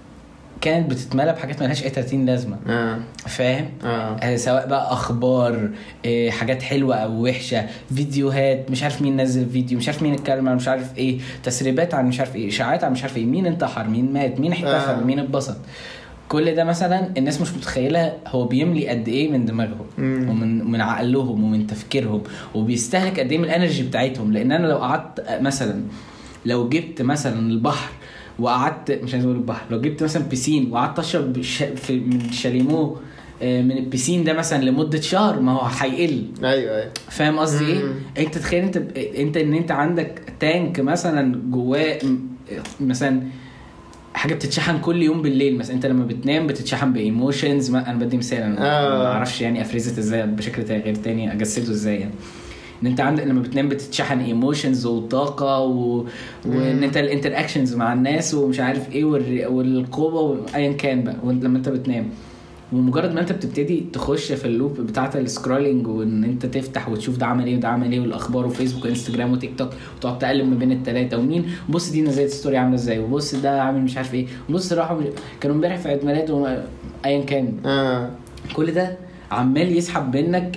كانت بتتملى بحاجات مالهاش اي تلاتين لازمه. اه فاهم؟ اه آه سواء بقى اخبار، آه حاجات حلوه او وحشه، فيديوهات مش عارف مين نزل فيديو، مش عارف مين اتكلم عن مش عارف ايه، تسريبات عن مش عارف ايه، اشاعات عن مش عارف ايه، مين انتحر، مين مات، مين احتفل، آه. مين اتبسط. كل ده مثلا الناس مش متخيله هو بيملي قد ايه من دماغهم ومن من عقلهم ومن تفكيرهم، وبيستهلك قد ايه من الانرجي بتاعتهم. لان انا لو قعدت مثلا لو جبت مثلا البحر وقعدت مش عايز اقول البحر، لو جبت مثلا بيسين وقعدت اشرب في من شاليمو من البيسين ده مثلا لمده شهر، ما هو هيقل. ايوه ايوه فاهم قصدي ايه؟ انت تخيل انت انت ان انت عندك تانك مثلا جواه مثلا حاجه بتتشحن كل يوم بالليل مثلا. انت لما بتنام بتتشحن بايموشنز، انا بدي مثال انا آه. ما اعرفش يعني افريزت ازاي بشكل غير تاني اجسده ازاي يعني. ان انت عندك لما بتنام بتتشحن ايموشنز وطاقه و... وان انت الانتراكشنز مع الناس ومش عارف ايه والر... والقوه وايا كان بقى. وانت لما انت بتنام ومجرد ما انت بتبتدي تخش في اللوب بتاعه السكرولينج وان انت تفتح وتشوف ده عمل ايه وده عمل ايه والاخبار وفيسبوك وانستجرام وتيك توك وتقعد تقلب ما بين الثلاثه ومين بص دي نزلت ستوري عامله ازاي وبص ده عامل مش عارف ايه وبص راحوا كانوا امبارح في عيد ميلاد ايا كان. اه كل ده عمال يسحب منك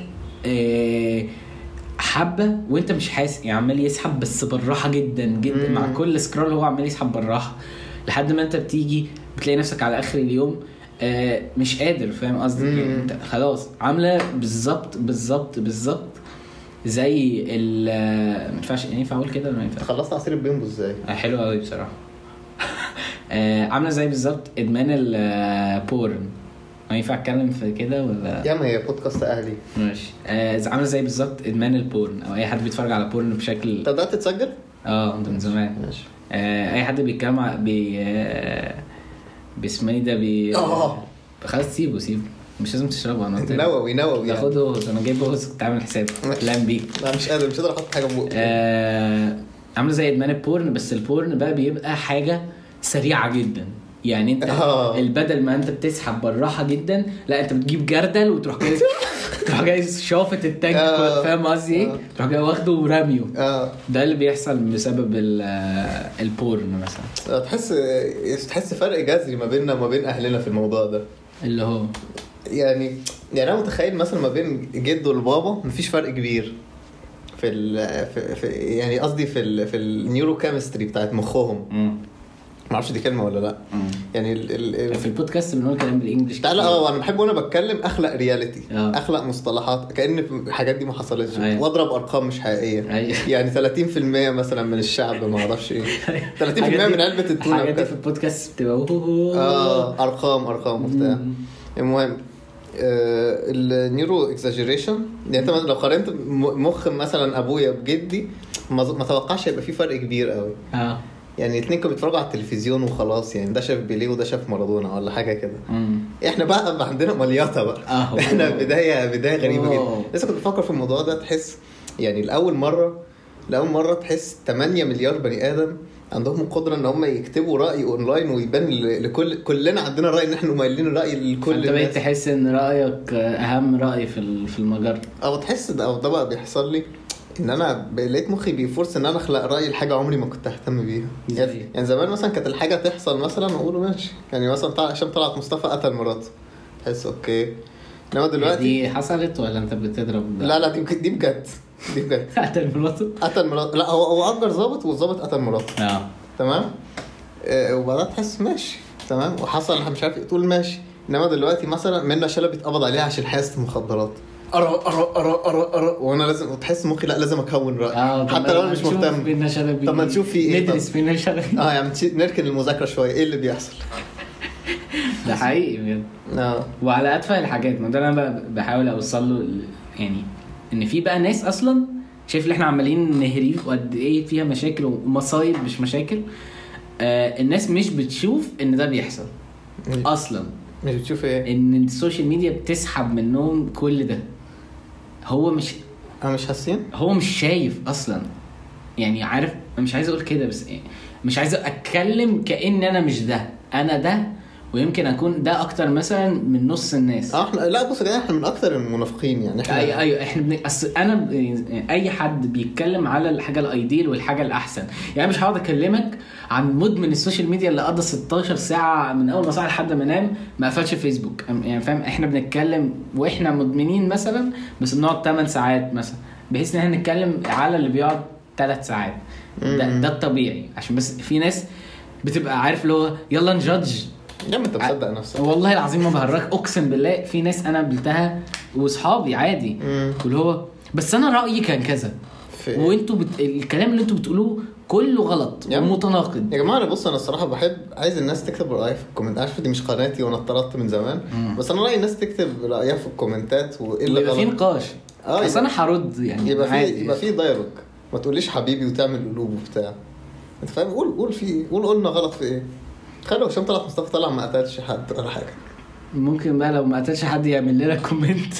اه حبه وانت مش حاسس يعني. عمال يسحب بس بالراحه جدا جدا. مم. مع كل سكرول هو عمال يسحب بالراحه لحد ما انت بتيجي بتلاقي نفسك على اخر اليوم آه مش قادر. فاهم قصدي؟ يعني انت خلاص عامله بالظبط بالظبط بالظبط زي ال ما ينفعش يعني ينفع اقول كده ولا ما ينفعش؟ خلصت عصير البيمبو ازاي؟ آه حلو قوي بصراحه. آه عامله زي بالظبط ادمان البورن. ما ينفع اتكلم في كده ولا؟ يا ما هي بودكاست اهلي. ماشي. آه عامله زي بالظبط ادمان البورن او اي حد بيتفرج على بورن بشكل. انت بدات تسجل؟ اه من زمان. ماشي. آه اي حد بيتكلم بي آه باسمي ده بي اه خلاص سيبه سيبه مش لازم تشربه. انا نووي نووي يعني خده انا جايبه بس كنت عامل حساب لام بي. لا مش قادر مش قادر احط حاجه فوق. آه عامله زي ادمان البورن بس البورن بقى بيبقى حاجه سريعه جدا. يعني انت آه. البدل ما انت بتسحب بالراحه جدا لا انت بتجيب جردل وتروح جاي تروح جاي شافت التانك. آه. فاهم قصدي ايه؟ تروح جاي واخده ورميه. اه ده اللي بيحصل بسبب البورن مثلا. تحس تحس فرق جذري ما بيننا وما بين اهلنا في الموضوع ده. اللي هو يعني يعني انا متخيل مثلا ما بين جده والبابا مفيش فرق كبير في ال في, في يعني قصدي في ال في النيورو كيمستري بتاعت مخهم. امم ما اعرفش دي كلمه ولا لا. مم. يعني ال ال في البودكاست بنقول كلام بالانجلش. لا لا اه انا بحب وانا بتكلم اخلق رياليتي، آه. اخلق مصطلحات كأن الحاجات دي ما حصلتش، أيوة. واضرب ارقام مش حقيقيه. أيوة. يعني ثلاثين في المية مثلا من الشعب ما اعرفش ايه ثلاثين في المية من علبه التونه الحاجات دي في البودكاست بتبقى اه ارقام ارقام وبتاع. المهم النيورو اكزاجيريشن يعني انت لو قارنت مخ مثلا ابويا بجدي ما توقعش يبقى في فرق كبير قوي. اه يعني الاثنين كانوا بيتفرجوا على التلفزيون وخلاص، يعني ده شاف بيليه وده شاف مارادونا ولا حاجه كده. امم احنا بقى عندنا مليطه بقى. آه. احنا بدايه بدايه غريبه أوه. جدا. لسه كنت بفكر في الموضوع ده، تحس يعني الاول مره لاول مره تحس ثمانية مليار بني ادم عندهم القدره ان هم يكتبوا راي اونلاين ويبان لكل كلنا عندنا راي ان احنا مايلين راي لكل انت بقيت تحس ان رايك اهم راي في في المجال، او تحس ده او ده بقى بيحصل لي ان انا لقيت مخي بيفرص ان انا اخلق راي لحاجه عمري ما كنت اهتم بيها. يعني, يعني زمان مثلا كانت الحاجه تحصل مثلا اقول ماشي، يعني مثلا طلع عشان طلعت مصطفى قتل مراته تحس اوكي. انما دلوقتي دي حصلت ولا انت بتضرب؟ لا لا دي دي بجد دي بجد قتل مراته قتل مراته. لا هو هو اكبر ضابط والضابط قتل مراته. اه تمام. آه وبعدها تحس ماشي تمام وحصل مش عارف تقول ماشي. انما دلوقتي مثلا منى شلبي اتقبض عليها عشان حيازه مخدرات. أرى أرى أرى أرى أرى وانا لازم تحس مخي لا لازم اكون راي آه حتى لو انا مش مهتم. منى شلبي طب ما نشوف في ايه، ندرس في منى شلبي. اه يعني نركن المذاكره شويه ايه اللي بيحصل. ده حقيقي بجد. اه وعلى اتفه الحاجات ما ده انا بقى بحاول اوصل له يعني ان في بقى ناس اصلا شايف اللي احنا عمالين نهريه وقد ايه فيها مشاكل ومصايب مش مشاكل. آه الناس مش بتشوف ان ده بيحصل اصلا. مش بتشوف ايه؟ ان السوشيال ميديا بتسحب منهم كل ده. هو مش انا مش حاسين، هو مش شايف اصلا. يعني عارف مش عايز اقول كده بس يعني مش عايز اتكلم كأن انا مش ده، انا ده ويمكن اكون ده اكتر مثلا من نص الناس. اه احنا لا بص يا احنا من اكتر المنافقين يعني احنا ايوه ايوه احنا بن... أصل انا ب... اي حد بيتكلم على الحاجه الايديال والحاجه الاحسن. يعني مش هقعد اكلمك عن مدمن السوشيال ميديا اللي قضى ستاشر ساعه من اول ما صحى لحد ما نام ما قفلش فيسبوك. يعني فاهم احنا بنتكلم واحنا مدمنين مثلا بس بنقعد ثمانية ساعات مثلا، بحيث ان احنا نتكلم على اللي بيقعد ثلاث ساعات. ده ده الطبيعي. عشان بس في ناس بتبقى عارف اللي هو يلا نجادج. يا ما انت مصدق نفسك والله العظيم ما بهرك اقسم بالله. في ناس انا قابلتها واصحابي عادي واللي هو بس انا رايي كان كذا وانتوا بت... الكلام اللي انتوا بتقولوه كله غلط ومتناقض. يا جماعه انا بص انا الصراحه بحب عايز الناس تكتب رايها في الكومنت. عارف دي مش قناتي وانا اتطردت من زمان مم. بس انا رايي الناس تكتب رايها في الكومنتات وايه اللي غلط. في نقاش اه بس انا هرد يعني يبقى في يبقى في دايالوج. ما تقوليش حبيبي وتعمل قلوب وبتاع انت فاهم. قول قول في قول قلنا غلط في ايه. خلوا هشام طلعت مصطفى طلع ما قتلش حد ولا حاجه. ممكن بقى لو ما قتلش حد يعمل لنا كومنت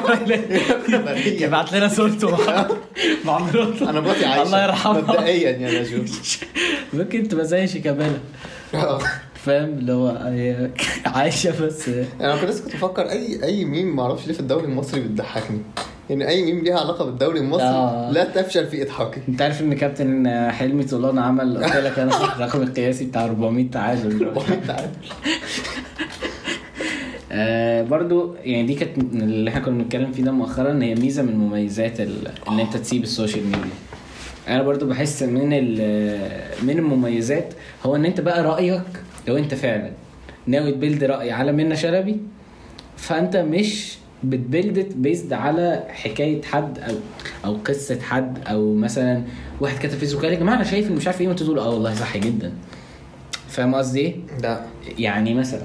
يبعت لنا صورته مع مراته. انا مراتي عايشه الله يرحمها مبدئيا يا نجوم. ممكن تبقى زي شيكابالا فاهم اللي هو عايشه بس. انا كنت لسه كنت بفكر اي اي ميم ما اعرفش ليه في الدوري المصري بتضحكني. يعني اي ميم ليها علاقه بالدوري المصري آه. لا تفشل في اضحاكي. انت عارف ان كابتن حلمي طولان عمل قلت لك انا الرقم القياسي بتاع أربعمية تعادل. أربعمية تعادل. آه برضو يعني دي كانت اللي احنا كنا بنتكلم فيه ده مؤخرا ان هي ميزه من مميزات ان انت تسيب السوشيال ميديا. انا برضو بحس من من المميزات هو ان انت بقى رايك لو انت فعلا ناوي تبيلد راي على منى شلبي فانت مش بتبيلدت بيزد على حكايه حد او او قصه حد او مثلا واحد كتب فيسبوك قال يا جماعه انا شايف ان مش عارف ايه وانت تقول اه والله صح جدا. فاهم قصدي ايه؟ لا يعني مثلا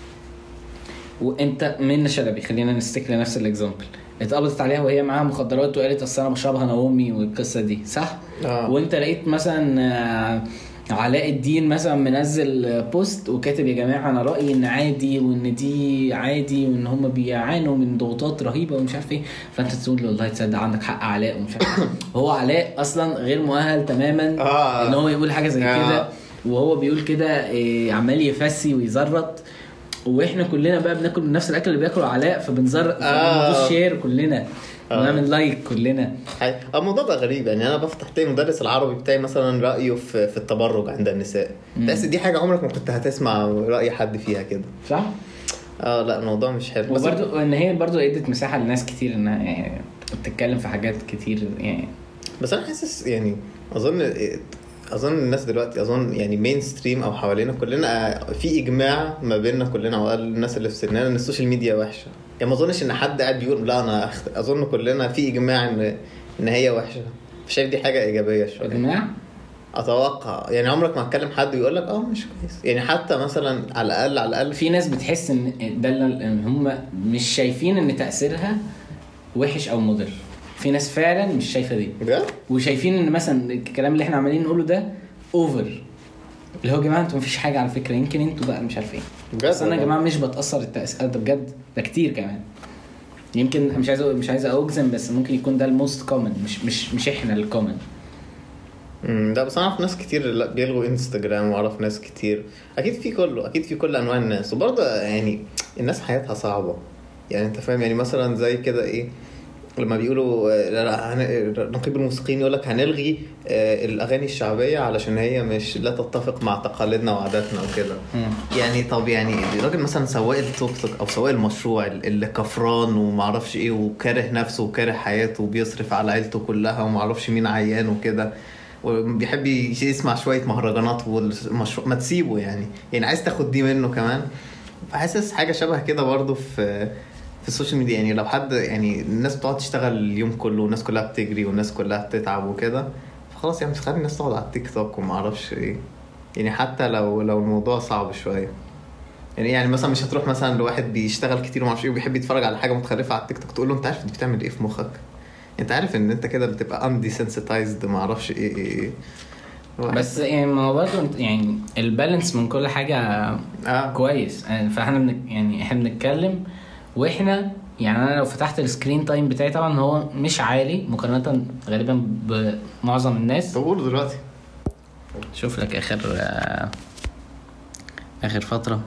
وانت منى شلبي خلينا نستيك لنفس الاكزامبل اتقبضت عليها وهي معاها مخدرات وقالت اصل انا بشربها نومي والقصه دي صح آه. وانت لقيت مثلا علاء الدين مثلا منزل بوست وكاتب يا جماعه انا رايي ان عادي وان دي عادي وان هم بيعانوا من ضغوطات رهيبه ومش عارف ايه. فانت تقول له والله تصدق عندك حق علاء ومش عارف هو علاء اصلا غير مؤهل تماما آه. ان هو يقول حاجه زي آه. كده وهو بيقول كده إيه عمال يفسي ويزرط واحنا كلنا بقى بناكل من نفس الاكل اللي بياكله علاء فبنزرق آه. فبندوس شير كلنا ونعمل لايك كلنا. الموضوع ده غريب. يعني انا بفتح تلاقي مدرس العربي بتاعي مثلا رايه في في التبرج عند النساء. تحس دي حاجه عمرك ما كنت هتسمع راي حد فيها كده صح. اه لا الموضوع مش حلو. بس وبرضه ان هي برضه ادت مساحه لناس كتير انها يعني تتكلم في حاجات كتير يعني. بس انا حاسس يعني اظن اظن الناس دلوقتي اظن يعني مين ستريم او حوالينا كلنا في اجماع ما بيننا كلنا وقال الناس اللي في سننا ان السوشيال ميديا وحشه. يعني ما اظنش ان حد قاعد بيقول لا انا أخت... اظن كلنا في اجماع ان ان هي وحشه. شايف دي حاجه ايجابيه شويه. اجماع اتوقع يعني عمرك ما هتكلم حد ويقول لك اه مش كويس. يعني حتى مثلا على الاقل على الاقل في ناس بتحس ان ده ان هم مش شايفين ان تاثيرها وحش او مضر. في ناس فعلا مش شايفه دي بجد وشايفين ان مثلا الكلام اللي احنا عمالين نقوله ده اوفر، اللي هو يا جماعه انتوا مفيش حاجه على فكره، يمكن انتوا بقى مش عارفين. بس انا يا جماعه مش بتاثر التاثير ده بجد، ده كتير كمان. يمكن مش عايز مش عايز اوجزم بس ممكن يكون ده الموست كومن، مش مش مش احنا الكومن. امم ده بس انا اعرف ناس كتير لا بيلغوا انستجرام، واعرف ناس كتير اكيد في كله اكيد في كل انواع الناس. وبرضه يعني الناس حياتها صعبه يعني انت فاهم. يعني مثلا زي كده ايه لما بيقولوا نقيب الموسيقيين يقول لك هنلغي الاغاني الشعبيه علشان هي مش لا تتفق مع تقاليدنا وعاداتنا وكده. يعني طب يعني الراجل مثلا سواق التوك توك او سواق المشروع اللي كفران وما اعرفش ايه وكاره نفسه وكاره حياته وبيصرف على عيلته كلها وما اعرفش مين عيان وكده وبيحب يسمع شويه مهرجانات والمشروع ما تسيبه يعني يعني عايز تاخد دي منه كمان. فحاسس حاجه شبه كده برضو في في السوشيال ميديا. يعني لو حد يعني الناس بتقعد تشتغل اليوم كله والناس كلها بتجري والناس كلها بتتعب وكده فخلاص يعني مش خلي الناس تقعد على التيك توك وما اعرفش ايه. يعني حتى لو لو الموضوع صعب شويه يعني يعني مثلا مش هتروح مثلا لواحد بيشتغل كتير وما اعرفش ايه وبيحب يتفرج على حاجه متخلفه على التيك توك تقول له انت عارف انت بتعمل ايه في مخك؟ انت عارف ان انت كده بتبقى اندي سنسيتايزد ما اعرفش ايه ايه, إيه. بس يعني ما برضه يعني البالانس من كل حاجه آه. كويس. فاحنا بن يعني احنا بنتكلم واحنا يعني انا لو فتحت السكرين تايم بتاعي طبعا هو مش عالي مقارنه غالبا بمعظم الناس. بقول دلوقتي شوف لك اخر اخر فتره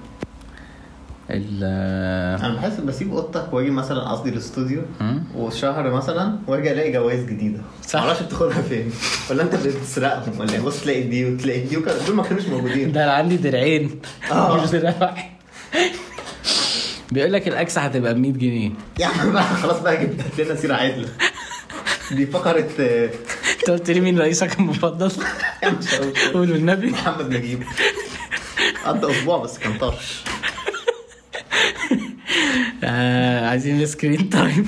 انا بحس بسيب قطك واجي مثلا قصدي الاستوديو وشهر مثلا واجي الاقي جوائز جديده معرفش بتاخدها فين ولا انت بتسرقهم ولا بص تلاقي دي وتلاقي دي دول ما كانوش موجودين. ده انا عندي درعين اه مش درع واحد. بيقول لك الاكس هتبقى ب مية جنيه يا عم بقى خلاص بقى جبت لنا سيره عدله دي فقره. انت قلت لي مين رئيسك المفضل؟ قول النبي محمد نجيب. قضى اسبوع بس كان طرش. آه عايزين السكرين تايم.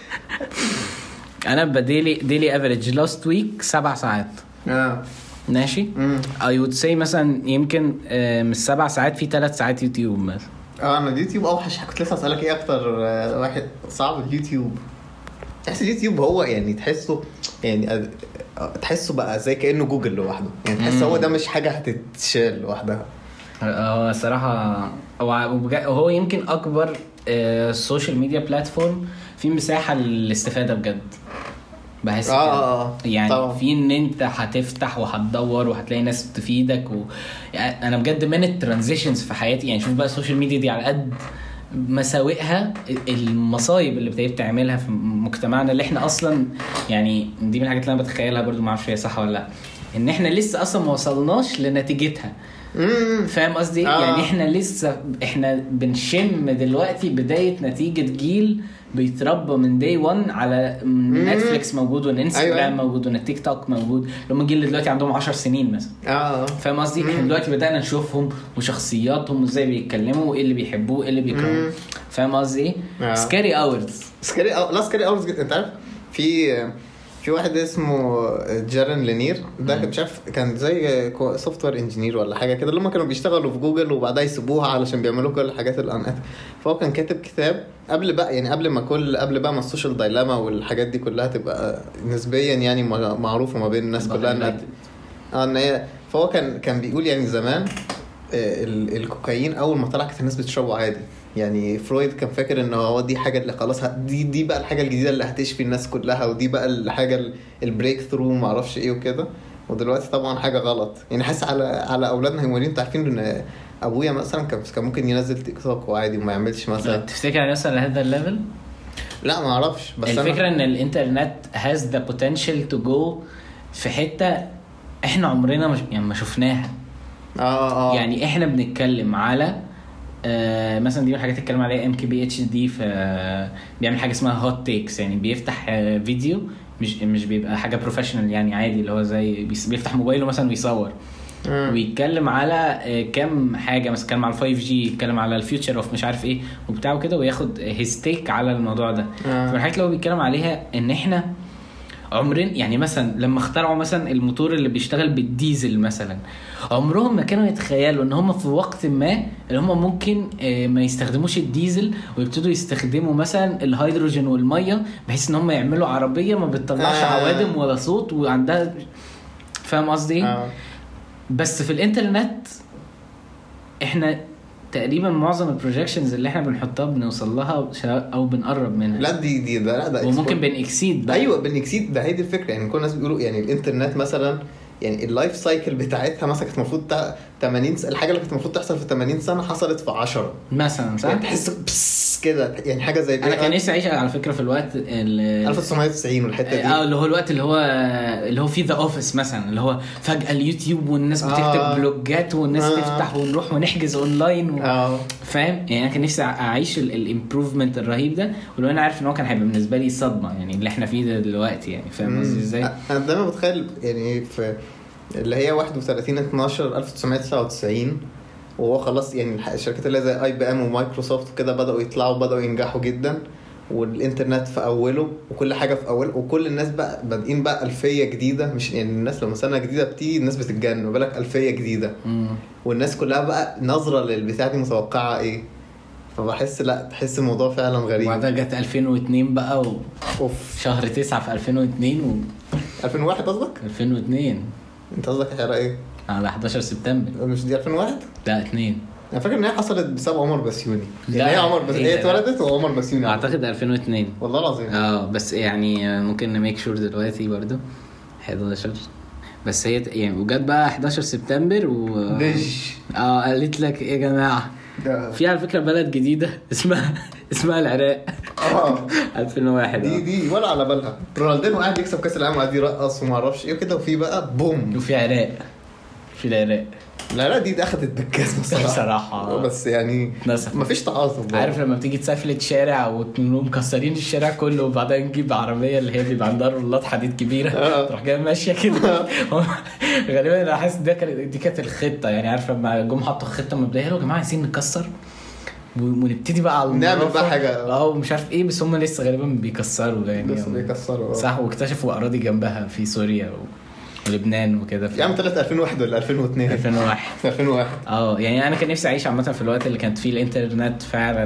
انا بديلي ديلي افريج لاست ويك سبع ساعات. اه ماشي. اي وود سي مثلا يمكن آه من السبع ساعات في ثلاث ساعات يوتيوب مثلا. اه انا اليوتيوب اوحش. كنت لسه اسالك ايه اكتر واحد صعب اليوتيوب. تحس اليوتيوب هو يعني تحسه يعني تحسه بقى زي كانه جوجل لوحده يعني تحس هو ده مش حاجه هتتشال لوحدها. هو صراحه هو يمكن اكبر السوشيال ميديا بلاتفورم في مساحه للاستفاده بجد بحس آه آه يعني طبعا. في ان انت هتفتح وهتدور وهتلاقي ناس تفيدك و... يعني انا بجد من الترانزيشنز في حياتي يعني شوف بقى السوشيال ميديا دي على قد مساوئها المصايب اللي بتبقى تعملها في مجتمعنا اللي احنا اصلا يعني دي من الحاجات اللي انا بتخيلها برضو ما اعرفش هي صح ولا لا ان احنا لسه اصلا ما وصلناش لنتيجتها. فاهم قصدي؟ آه. يعني احنا لسه احنا بنشم دلوقتي بداية نتيجة جيل بيتربى من داي وان على نتفليكس موجود والانستغرام أيوة. موجود والتيك توك موجود لما الجيل اللي دلوقتي عندهم عشر سنين مثلا. اه فاهم قصدي؟ احنا دلوقتي بدأنا نشوفهم وشخصياتهم وازاي بيتكلموا وايه اللي بيحبوه ايه اللي بيكرهوه. فاهم قصدي؟ سكاري اورز سكاري لا سكاري اورز انت عارف في في واحد اسمه جيرن لينير ده مش عارف كان زي سوفت وير انجينير ولا حاجه كده لما كانوا بيشتغلوا في جوجل وبعدها يسيبوها علشان بيعملوا كل الحاجات الانات. فهو كان كاتب كتاب قبل بقى يعني قبل ما كل قبل بقى ما السوشيال دايلاما والحاجات دي كلها تبقى نسبيا يعني معروفه ما بين الناس كلها ان هي. فهو كان كان بيقول يعني زمان الكوكايين اول ما طلع كانت الناس بتشربه عادي. يعني فرويد كان فاكر ان هو دي حاجه اللي خلاص دي دي بقى الحاجه الجديده اللي هتشفي الناس كلها ودي بقى الحاجه البريك ثرو ما اعرفش ايه وكده. ودلوقتي طبعا حاجه غلط يعني حاسس على على اولادنا هم انتوا عارفين ان ابويا مثلا كان كان ممكن ينزل تيك توك وعادي وما يعملش مثلا. تفتكر هنوصل لهذا الليفل؟ لا ما اعرفش بس الفكره أنا... ان الانترنت has the potential to go في حته احنا عمرنا مش... يعني ما شفناها. اه اه يعني احنا بنتكلم على آه مثلا دي من الحاجات اللي اتكلم عليها ام كي بي اتش دي، في آه بيعمل حاجه اسمها هوت تيكس، يعني بيفتح آه فيديو مش مش بيبقى حاجه بروفيشنال يعني عادي، اللي هو زي بيفتح موبايله مثلا ويصور ويتكلم على كم حاجه، مثلا يتكلم على الفايف جي، يتكلم على الفيوتشر اوف مش عارف ايه وبتاعه كده، وياخد هيستيك على الموضوع ده. فالحاجات اللي هو بيتكلم عليها ان احنا عمرين، يعني مثلا لما اخترعوا مثلا الموتور اللي بيشتغل بالديزل مثلا، عمرهم ما كانوا يتخيلوا ان هم في وقت ما اللي هم ممكن ما يستخدموش الديزل ويبتدوا يستخدموا مثلا الهيدروجين والميه، بحيث ان هم يعملوا عربيه ما بتطلعش آه. عوادم ولا صوت وعندها، فاهم قصدي؟ آه. بس في الانترنت احنا تقريبا معظم البروجكشنز اللي احنا بنحطها بنوصل لها او بنقرب منها. لا دي دي ده لا ده وممكن بنكسيد. ايوه بنكسيد، ده هي دي الفكره. يعني كل الناس بيقولوا يعني الانترنت مثلا يعني اللايف سايكل بتاعتها مثلا كانت المفروض ثمانين سنه، الحاجه اللي كانت المفروض تحصل في ثمانين سنه حصلت في عشرة مثلا، صح؟ يعني تحس بس كده، يعني حاجه زي انا كان نفسي اعيش على فكره في الوقت ألف وتسعمية وتسعين والحته دي، اه اللي هو الوقت اللي هو اللي هو في ذا اوفيس مثلا، اللي هو فجاه اليوتيوب والناس بتكتب آه. بلوجات والناس آه. تفتح ونروح ونحجز اونلاين و... آه. فاهم؟ يعني انا كان نفسي اعيش الامبروفمنت الرهيب ده، ولو انا عارف ان هو كان هيبقى بالنسبه لي صدمه يعني اللي احنا فيه ده دلوقتي، يعني فاهم قصدي ازاي؟ انا دايما بتخيل يعني في اللي هي واحد وثلاثين اتناشر ألف وتسعمية وتسعة وتسعين، وهو خلاص يعني الشركات اللي زي اي بي ام ومايكروسوفت وكده بدأوا يطلعوا، بدأوا ينجحوا جدا، والانترنت في اوله وكل حاجه في اوله، وكل الناس بقى بادئين بقى الفيه جديده، مش يعني الناس لما سنه جديده بتيجي الناس بتتجنن، ما بالك الفيه جديده. مم. والناس كلها بقى نظره للبتاع دي متوقعه ايه، فبحس لا تحس الموضوع فعلا غريب. وبعدها جت ألفين واثنين بقى و... اوف شهر تسعة في ألفين واثنين و... ألفين وواحد قصدك؟ ألفين واثنين. انت قصدك على ايه؟ على حداشر سبتمبر. مش دي ألفين وواحد؟ لا اثنين. انا فاكر ان هي حصلت بسبب عمر بسيوني. لا هي عمر بس هي اتولدت وعمر بسيوني اعتقد ألفين واثنين والله العظيم. اه بس يعني ممكن نميك شور دلوقتي برضو حداشر، بس هي يعني وجت بقى حداشر سبتمبر و دش اه قالت لك ايه يا جماعه في على فكره بلد جديده اسمها اسمها العراق. اه ألفين وواحد دي دي ولا على بالها. رونالدينو قاعد يكسب كاس العالم وقاعد يرقص وما اعرفش ايه كده، وفي بقى بوم وفي عراق في العراق. لا لا دي اخذت بالكاس بصراحه بصراحه، بس يعني مفيش تعاطف. عارف لما بتيجي تسافلت شارع وتنوم مكسرين الشارع كله، وبعدين نجيب عربيه اللي هي بيبقى عندها رولات حديد كبيره تروح جايه ماشيه كده. غالبا انا حاسس ده كانت دي كانت الخطه، يعني عارف لما جم حطوا الخطه مبدئيا يا جماعه عايزين نكسر ونبتدي بقى على نعمل بقى حاجه اه مش عارف ايه، بس هم لسه غالبا بيكسروا يعني لسه بيكسروا صح. واكتشفوا اراضي جنبها في سوريا و... ولبنان وكده. في عام ثلاثة ألفين وواحد ولا ألفين واثنين؟ ألفين وواحد ألفين وواحد اه يعني انا كان نفسي اعيش عامه في الوقت اللي كانت فيه الانترنت فعلا.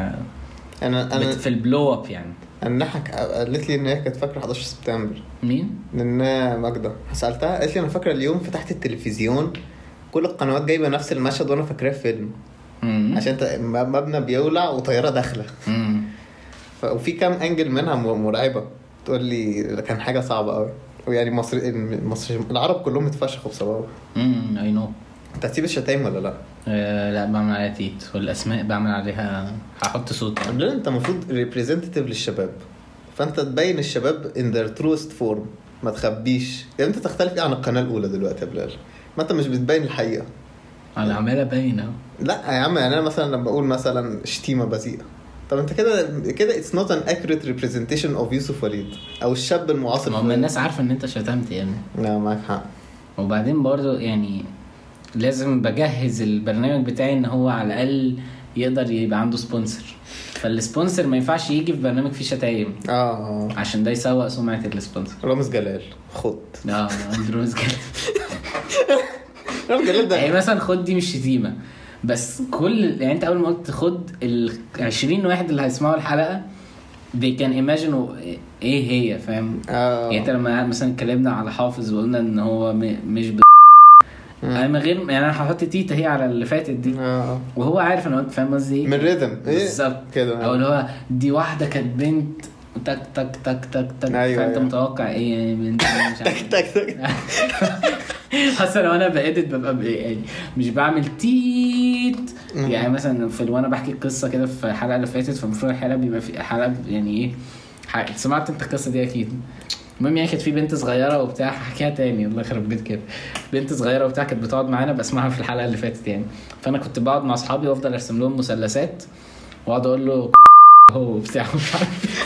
انا انا في البلو اب يعني. انا حك... قالت لي ان هي كانت فاكره حداشر سبتمبر. مين؟ لان ماجده سالتها قالت لي انا فاكره اليوم فتحت التلفزيون كل القنوات جايبه نفس المشهد وانا فاكراه فيلم. امم عشان انت مبنى بيولع وطياره داخله. امم ف... وفي كام انجل منها مرعبه. تقول لي كان حاجه صعبه قوي، ويعني مصر مصر العرب كلهم اتفشخوا بسببه. امم اي نو. انت هتسيب الشتايم ولا لا؟ أه لا بعمل عليها تيت، والاسماء بعمل عليها هحط صوت يعني. لا انت المفروض ريبريزنتيف للشباب، فانت تبين الشباب in their truest form، ما تخبيش. يعني انت تختلف ايه عن القناه الاولى دلوقتي يا بلال؟ ما انت مش بتبين الحقيقه. انا عماله باين اهو. لا يا عم يعني انا مثلا لما اقول مثلا شتيمه بذيئه، طب انت كده كده it's not an accurate representation of يوسف وليد او الشاب المعاصر. ما الناس عارفه ان انت شتمت يعني. لا معاك حق. وبعدين برضو يعني لازم بجهز البرنامج بتاعي ان هو على الاقل يقدر يبقى عنده سبونسر، فالسبونسر ما ينفعش يجي في برنامج فيه شتايم اه عشان ده يسوق سمعه السبونسر. رامز جلال خد اه رامز جلال. رامز جلال ده يعني مثلا خد دي مش شتيمه، بس كل يعني انت اول ما قلت خد ال عشرين واحد اللي هيسمعوا الحلقه they can imagine ايه هي، فاهم؟ اه يعني انت لما مثلا اتكلمنا على حافظ وقلنا ان هو مش ب... انا من غير يعني انا هحط تيتا هي على اللي فاتت دي اه وهو عارف انا قلت فاهم قصدي من ريذم بالظبط كده، او اللي هو دي واحده كانت بنت تك تك تك تك تك أيوة فانت أيوة. متوقع ايه يعني بنت مش عارف تك تك تك حاسه لو انا بقيت ببقى يعني مش بعمل تيت يعني مثلا في وانا بحكي القصه كده في الحلقه اللي فاتت، فالمفروض الحلقه بيبقى في حلقه يعني ايه سمعت انت القصه دي اكيد المهم يعني كانت في بنت صغيره وبتاع، حكيها تاني الله يخرب بيت كده. بنت صغيره وبتاع كانت بتقعد معانا، بسمعها في الحلقه اللي فاتت يعني. فانا كنت بقعد مع اصحابي وافضل ارسم لهم مثلثات واقعد اقول له هو بتاع مش عارف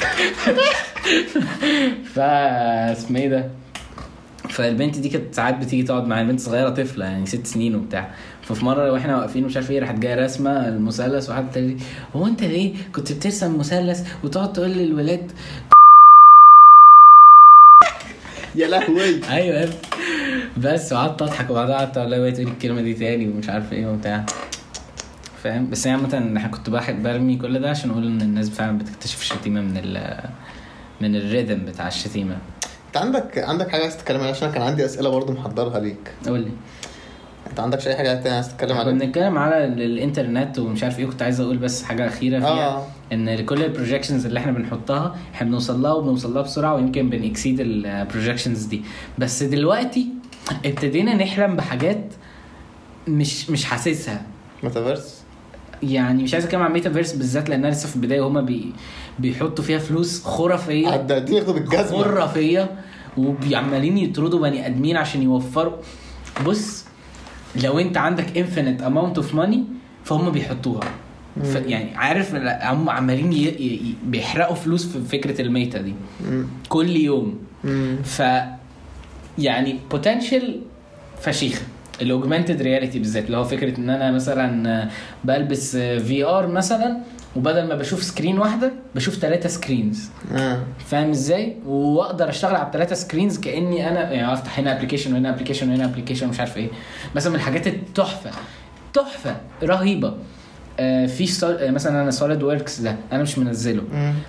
فا اسمه ايه ده. فالبنت دي كانت ساعات بتيجي تقعد معايا، بنت صغيره طفله يعني ست سنين وبتاع. ففي مره واحنا واقفين مش عارف ايه، راحت جايه رسمه المثلث، وحد قال لي هو انت ليه كنت بترسم مثلث وتقعد تقول للولاد يا لهوي. ايوه بس. وقعدت اضحك وبعدها قعدت اقول لها تقول الكلمه دي تاني ومش عارف ايه وبتاع، فاهم. بس يعني مثلا احنا كنت بحب برمي كل ده عشان اقول ان الناس فعلا بتكتشف الشتيمه من ال من الريذم بتاع الشتيمه. انت عندك عندك حاجه عايز تتكلم عنها؟ عشان كان عندي اسئله برضو محضرها ليك. قول لي انت عندكش اي حاجه تانية عايز تتكلم عنها؟ كنا بنتكلم على الانترنت ومش عارف ايه. كنت عايز اقول بس حاجه اخيره فيها آه. ان كل البروجكشنز اللي احنا بنحطها احنا بنوصل لها وبنوصل لها بسرعه، ويمكن بنكسيد البروجكشنز دي. بس دلوقتي ابتدينا نحلم بحاجات مش مش حاسسها. ميتافيرس يعني مش عايز اتكلم عن ميتافيرس بالذات لانها لسه في البدايه، وهما بي بيحطوا فيها فلوس خرافيه عدادين ياخدوا بالجزمه خرافيه وبيعملين يطردوا بني ادمين عشان يوفروا. بص لو انت عندك infinite amount of money فهم بيحطوها. ف يعني عارف هم عمالين ي... ي... بيحرقوا فلوس في فكره الميتة دي مم. كل يوم. مم. ف يعني potential فشيخه. الاوجمانتد رياليتي بالذات اللي هو فكره ان انا مثلا بلبس في ار مثلا، وبدل ما بشوف سكرين واحده بشوف ثلاثة سكرينز. آه. فاهم ازاي؟ واقدر اشتغل على الثلاثه سكرينز كاني انا يعني افتح هنا ابلكيشن وهنا ابلكيشن وهنا ابلكيشن مش عارف ايه. مثلا من الحاجات التحفه تحفه رهيبه آه في مثلا انا سوليد وركس ده انا مش منزله،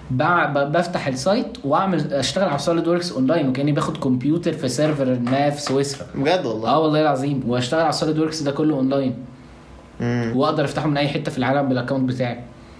بفتح السايت واعمل اشتغل على سوليد وركس اونلاين وكاني باخد كمبيوتر في سيرفر ما في سويسرا. بجد والله؟ اه والله العظيم. واشتغل على سوليد وركس ده كله اونلاين. مم. واقدر افتحه من اي حته في العالم بالاكونت بتاعي.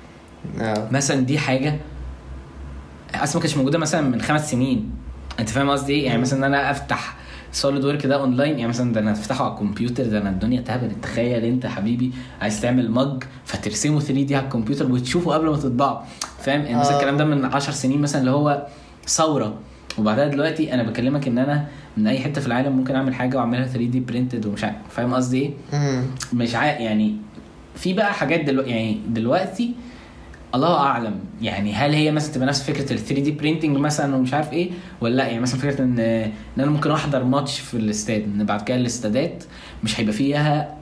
آه. مثلا دي حاجه اصلا ما كانتش موجوده مثلا من خمس سنين. انت فاهم قصدي ايه؟ يعني مثلا انا افتح سوليد ورك ده اونلاين، يعني مثلا ده انا افتحه على الكمبيوتر ده انا الدنيا تهبل. تخيل انت حبيبي عايز تعمل مج فترسمه ثري دي على الكمبيوتر وتشوفه قبل ما تطبعه، فاهم يعني؟ مثلا الكلام ده من عشر سنين مثلا اللي هو ثوره. وبعدها دلوقتي انا بكلمك ان انا من اي حته في العالم ممكن اعمل حاجه واعملها ثري دي برينتد ومش عارف. فاهم قصدي ايه؟ مش عارف يعني. في بقى حاجات دلوقتي يعني دلوقتي الله اعلم يعني هل هي مثلا تبقى نفس فكره ال ثري دي برينتنج مثلا ومش عارف ايه ولا لا. يعني مثلا فكره ان ان انا ممكن احضر ماتش في الاستاد، ان بعد كده الاستادات مش هيبقى فيها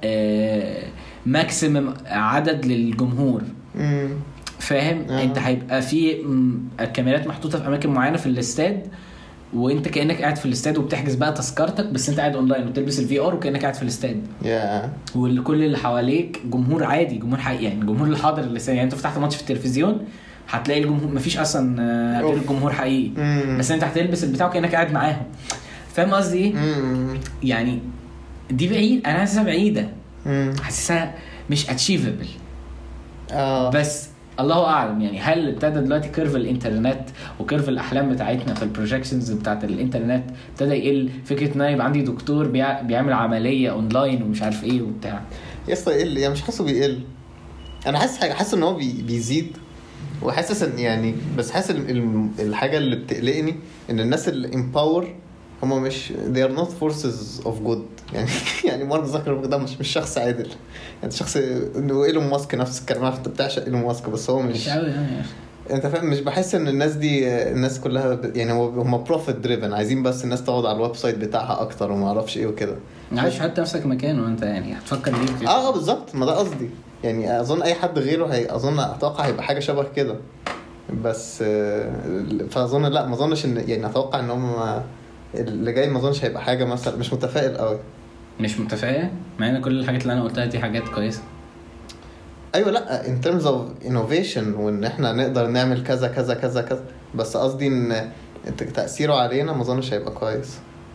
ماكسيمم عدد للجمهور. فاهم؟ آه. انت هيبقى في الكاميرات محطوطه في اماكن معينه في الاستاد، وانت كانك قاعد في الاستاد وبتحجز بقى تذكرتك، بس انت قاعد اونلاين وتلبس الفي ار وكانك قاعد في الاستاد. يا yeah. وكل اللي حواليك جمهور عادي، جمهور حقيقي يعني الجمهور اللي حاضر الاستاد. يعني انت فتحت ماتش في التلفزيون هتلاقي الجمهور مفيش اصلا غير الجمهور حقيقي، mm. بس انت هتلبس البتاع وكانك قاعد معاهم. فاهم قصدي ايه؟ mm. يعني دي بعيد، انا حاسسها بعيده، mm. حاسسها مش اتشيفبل. اه uh. بس الله اعلم يعني هل ابتدى دلوقتي كيرف الانترنت وكيرف الاحلام بتاعتنا في البروجكشنز بتاعت الانترنت ابتدى يقل. فكره ان يبقى عندي دكتور بيعمل عمليه اونلاين ومش عارف ايه وبتاع. يسطا يقل يعني؟ مش حاسه بيقل. انا حاسس حاجه، حاسس ان هو بي بيزيد، وحاسس ان يعني بس حاسس الحاجه اللي بتقلقني ان الناس اللي امباور هم مش they are not forces of good. يعني يعني مارك زكربرج ده مش مش شخص عادل. يعني شخص انه ايلون ماسك نفس الكلام. انت بتعشق ايلون ماسك بس هو مش يعني انت فاهم. مش بحس ان الناس دي الناس كلها يعني هم بروفيت دريفن، عايزين بس الناس تقعد على الويب سايت بتاعها اكتر وما اعرفش ايه وكده. عايش حتى نفسك مكانه وانت يعني هتفكر ليه؟ اه اه بالظبط، ما ده قصدي. يعني اظن اي حد غيره هي اظن اتوقع هيبقى حاجه شبه كده. بس فاظن لا ما اظنش ان يعني اتوقع ان هم اللي جاي ما اظنش هيبقى حاجه مثلا. مش متفائل قوي. مش متفائل مع ان كل الحاجات اللي انا قلتها دي حاجات كويسه. ايوه لا in terms of innovation وان احنا نقدر نعمل كذا كذا كذا كذا، بس قصدي ان تاثيره علينا ما اظنش هيبقى كويس.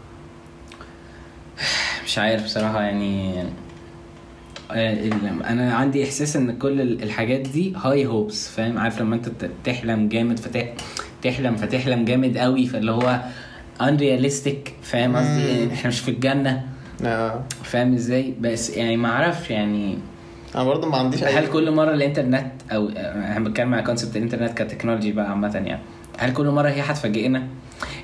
مش عارف بصراحه يعني. انا عندي احساس ان كل الحاجات دي هاي هوبس. فاهم؟ عارف لما انت تحلم جامد فتحلم فتحلم جامد قوي فاللي هو unrealistic. فاهم قصدي؟ احنا مش في الجنه. اه فاهم ازاي؟ بس يعني ما اعرفش يعني انا برضه ما عنديش هل كل مره الانترنت او احنا بنتكلم على كونسبت الانترنت كتكنولوجي بقى عامه يعني هل كل مره هي هتفاجئنا؟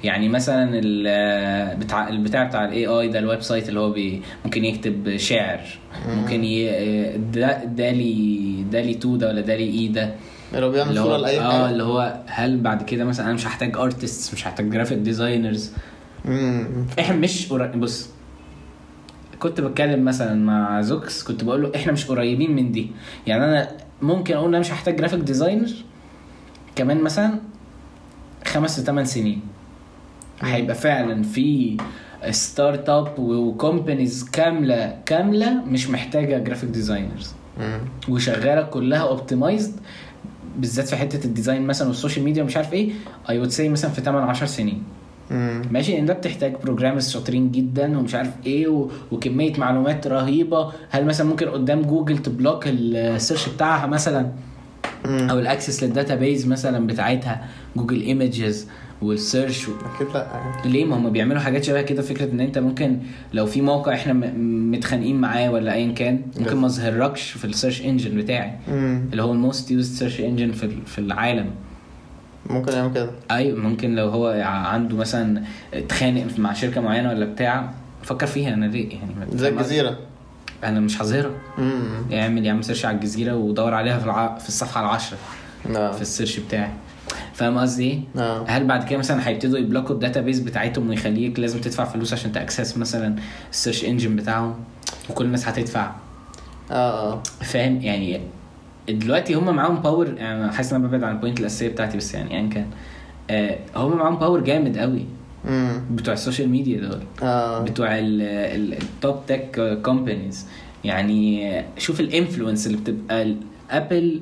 يعني مثلا ال- بتاع البتاع بتاع الاي اي ده، الويب سايت اللي هو بي ممكن يكتب شعر، ممكن ي... ده دالي دالي تو ده ولا دالي اي ده لو بيعمل اللي صوره هو لاي اه حاجه. اللي هو هل بعد كده مثلا انا مش هحتاج ارتست، مش هحتاج جرافيك ديزاينرز. امم احنا مش قريب. بص كنت بتكلم مثلا مع زوكس، كنت بقول له احنا مش قريبين من دي. يعني انا ممكن اقول انا مش هحتاج جرافيك ديزاينر كمان مثلا خمس لثمان سنين، هيبقى فعلا في ستارت اب وكومبانيز كامله كامله مش محتاجه جرافيك ديزاينرز وشغاله كلها اوبتمايزد، بالذات في حته الديزاين مثلا والسوشيال ميديا ومش عارف ايه. اي وود سي مثلا في ثمانية عشر سنين امم ماشي، ان ده بتحتاج بروجرامرز شاطرين جدا ومش عارف ايه و... وكميه معلومات رهيبه. هل مثلا ممكن قدام جوجل تبلوك السيرش بتاعها مثلا، او الاكسس للداتابيز مثلا بتاعتها جوجل ايمجز والسيرش و... اكيد لا. ليه؟ ما هم بيعملوا حاجات شبه كده. فكره ان انت ممكن لو في موقع احنا م- متخانقين معاه ولا ايا كان، ممكن ما اظهركش في السيرش انجن بتاعي امم اللي هو الموست يوزد سيرش انجن في في العالم. ممكن يعمل كده. ايوه ممكن لو هو عنده مثلا اتخانق مع شركه معينه ولا بتاع، فكر فيها انا ليه يعني. زي الجزيره. انا مش هظهرها. امم يعمل يعمل سيرش على الجزيره ودور عليها في الع... في الصفحه العاشرة نعم. في السيرش بتاعي. فاهم قصدي ايه؟ نعم. هل بعد كده مثلا هيبتدوا يبلوكوا الداتابيز بتاعتهم ويخليك لازم تدفع فلوس عشان تاكسس مثلا السيرش انجن بتاعهم وكل الناس هتدفع؟ اه اه فاهم يعني. دلوقتي هم معاهم باور، يعني حاسس ان انا ببعد عن البوينت الاساسيه بتاعتي بس يعني يعني كان آه هم معاهم باور جامد قوي امم بتوع السوشيال ميديا دول، اه بتوع التوب تك كومبانيز. يعني شوف الانفلونس اللي بتبقى ابل،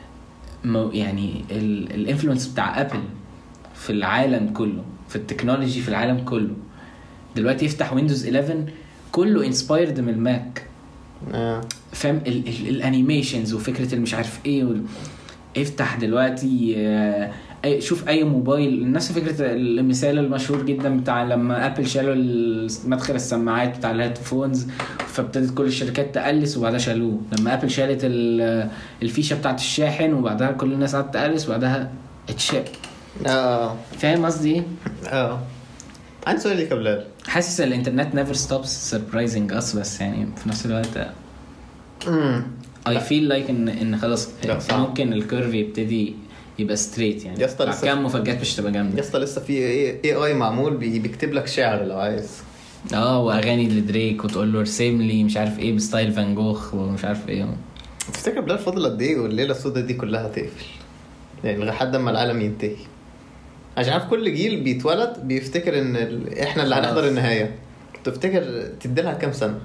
يعني الانفلونس بتاع ابل في العالم كله، في التكنولوجي في العالم كله. دلوقتي يفتح ويندوز إحداشر كله انسبايرد من الماك. اه فاهم الانيميشنز وفكره المش عارف ايه وال... افتح دلوقتي آه شوف اي موبايل. نفس فكره المثال المشهور جدا بتاع لما ابل شالوا مدخل السماعات بتاع الهيدفونز، فابتدت كل الشركات تقلس وبعدها شالوه. لما ابل شالت الفيشه بتاعه الشاحن وبعدها كل الناس قعدت تقلس وبعدها اتشال. اه فاهم قصدي ايه؟ اه عندي سؤال ليك يا بلال. حاسس الانترنت نيفر ستوبس سربرايزنج اس، بس يعني في نفس الوقت امم اي فيل لايك ان ان خلاص لا، ممكن الكيرف يبتدي يبقى ستريت يعني. يا اسطى لسه كام مفاجات مش تبقى يا جامده. اسطى لسه في اي اي معمول بي- بيكتب لك شعر لو عايز. اه واغاني لدريك وتقول له ارسم لي مش عارف ايه بستايل فان جوخ ومش عارف ايه. تفتكر بلال فاضل قد ايه والليله السوداء دي كلها هتقفل يعني لحد ما العالم ينتهي؟ عشان عارف كل جيل بيتولد بيفتكر ان ال... احنا اللي خلاص. هنحضر النهايه. تفتكر تديلها كام سنه؟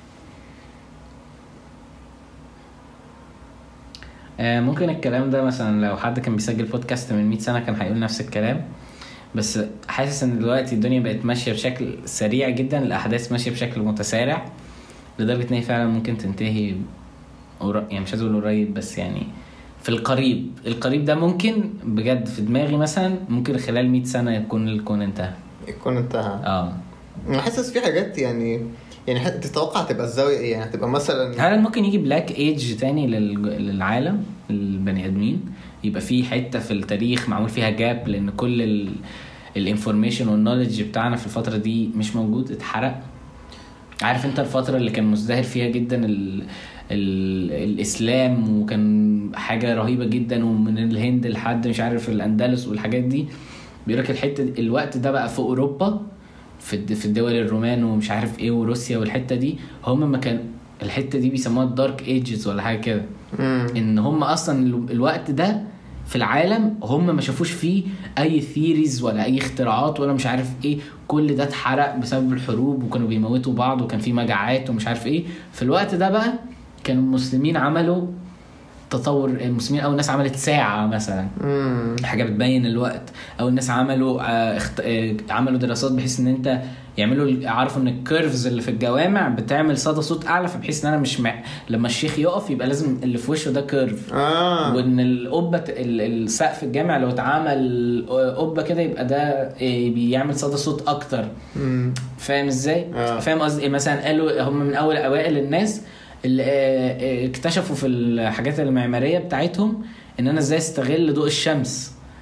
آه ممكن الكلام ده مثلا لو حد كان بيسجل بودكاست من مية سنه كان هيقول نفس الكلام، بس حاسس ان دلوقتي الدنيا بقت ماشيه بشكل سريع جدا، الاحداث ماشيه بشكل متسارع لدرجه ان هي فعلا ممكن تنتهي قريب. يعني مش عايز اقول قريب بس يعني في القريب. القريب ده ممكن بجد في دماغي مثلا ممكن خلال مية سنه يكون الكون انتهى. يكون انتهى. اه انا حاسس في حاجات يعني يعني حت- تتوقع تبقى الزاويه ايه يعني؟ هتبقى مثلا هل ممكن يجي بلاك ايج تاني لل- للعالم البني ادمين، يبقى في حته في التاريخ معمول فيها جاب لان كل الانفورميشن والنوليدج بتاعنا في الفتره دي مش موجود، اتحرق. عارف انت الفتره اللي كان مزدهر فيها جدا ال ال الاسلام وكان حاجه رهيبه جدا، ومن الهند لحد مش عارف الاندلس والحاجات دي، بيقولك الحته الوقت ده بقى في اوروبا في الد- في الدول الرومان ومش عارف ايه وروسيا والحته دي، هم ما كان الحته دي بيسموها الدارك ايجز ولا حاجه كده. مم. ان هم اصلا ال- الوقت ده في العالم هم ما شافوش فيه اي ثيريز ولا اي اختراعات ولا مش عارف ايه، كل ده اتحرق بسبب الحروب وكانوا بيموتوا بعض وكان في مجاعات ومش عارف ايه. في الوقت ده بقى كان المسلمين عملوا تطور. المسلمين اول ناس عملت ساعه مثلا، مم. حاجه بتبين الوقت. او الناس عملوا آه اخت... آه عملوا دراسات بحيث ان انت يعملوا عارفوا ان الكيرفز اللي في الجوامع بتعمل صدى صوت اعلى، فبحيث ان انا مش مع... لما الشيخ يقف يبقى لازم اللي في وشه ده كيرف. اه وان القبه ال- السقف الجامع لو اتعمل قبه كده يبقى ده آه، بيعمل صدى صوت اكتر. مم. فاهم ازاي؟ آه. فاهم قصدي؟ مثلا قالوا هم من اول اوائل الناس اللي آه، اكتشفوا في الحاجات المعماريه بتاعتهم ان انا ازاي استغل ضوء الشمس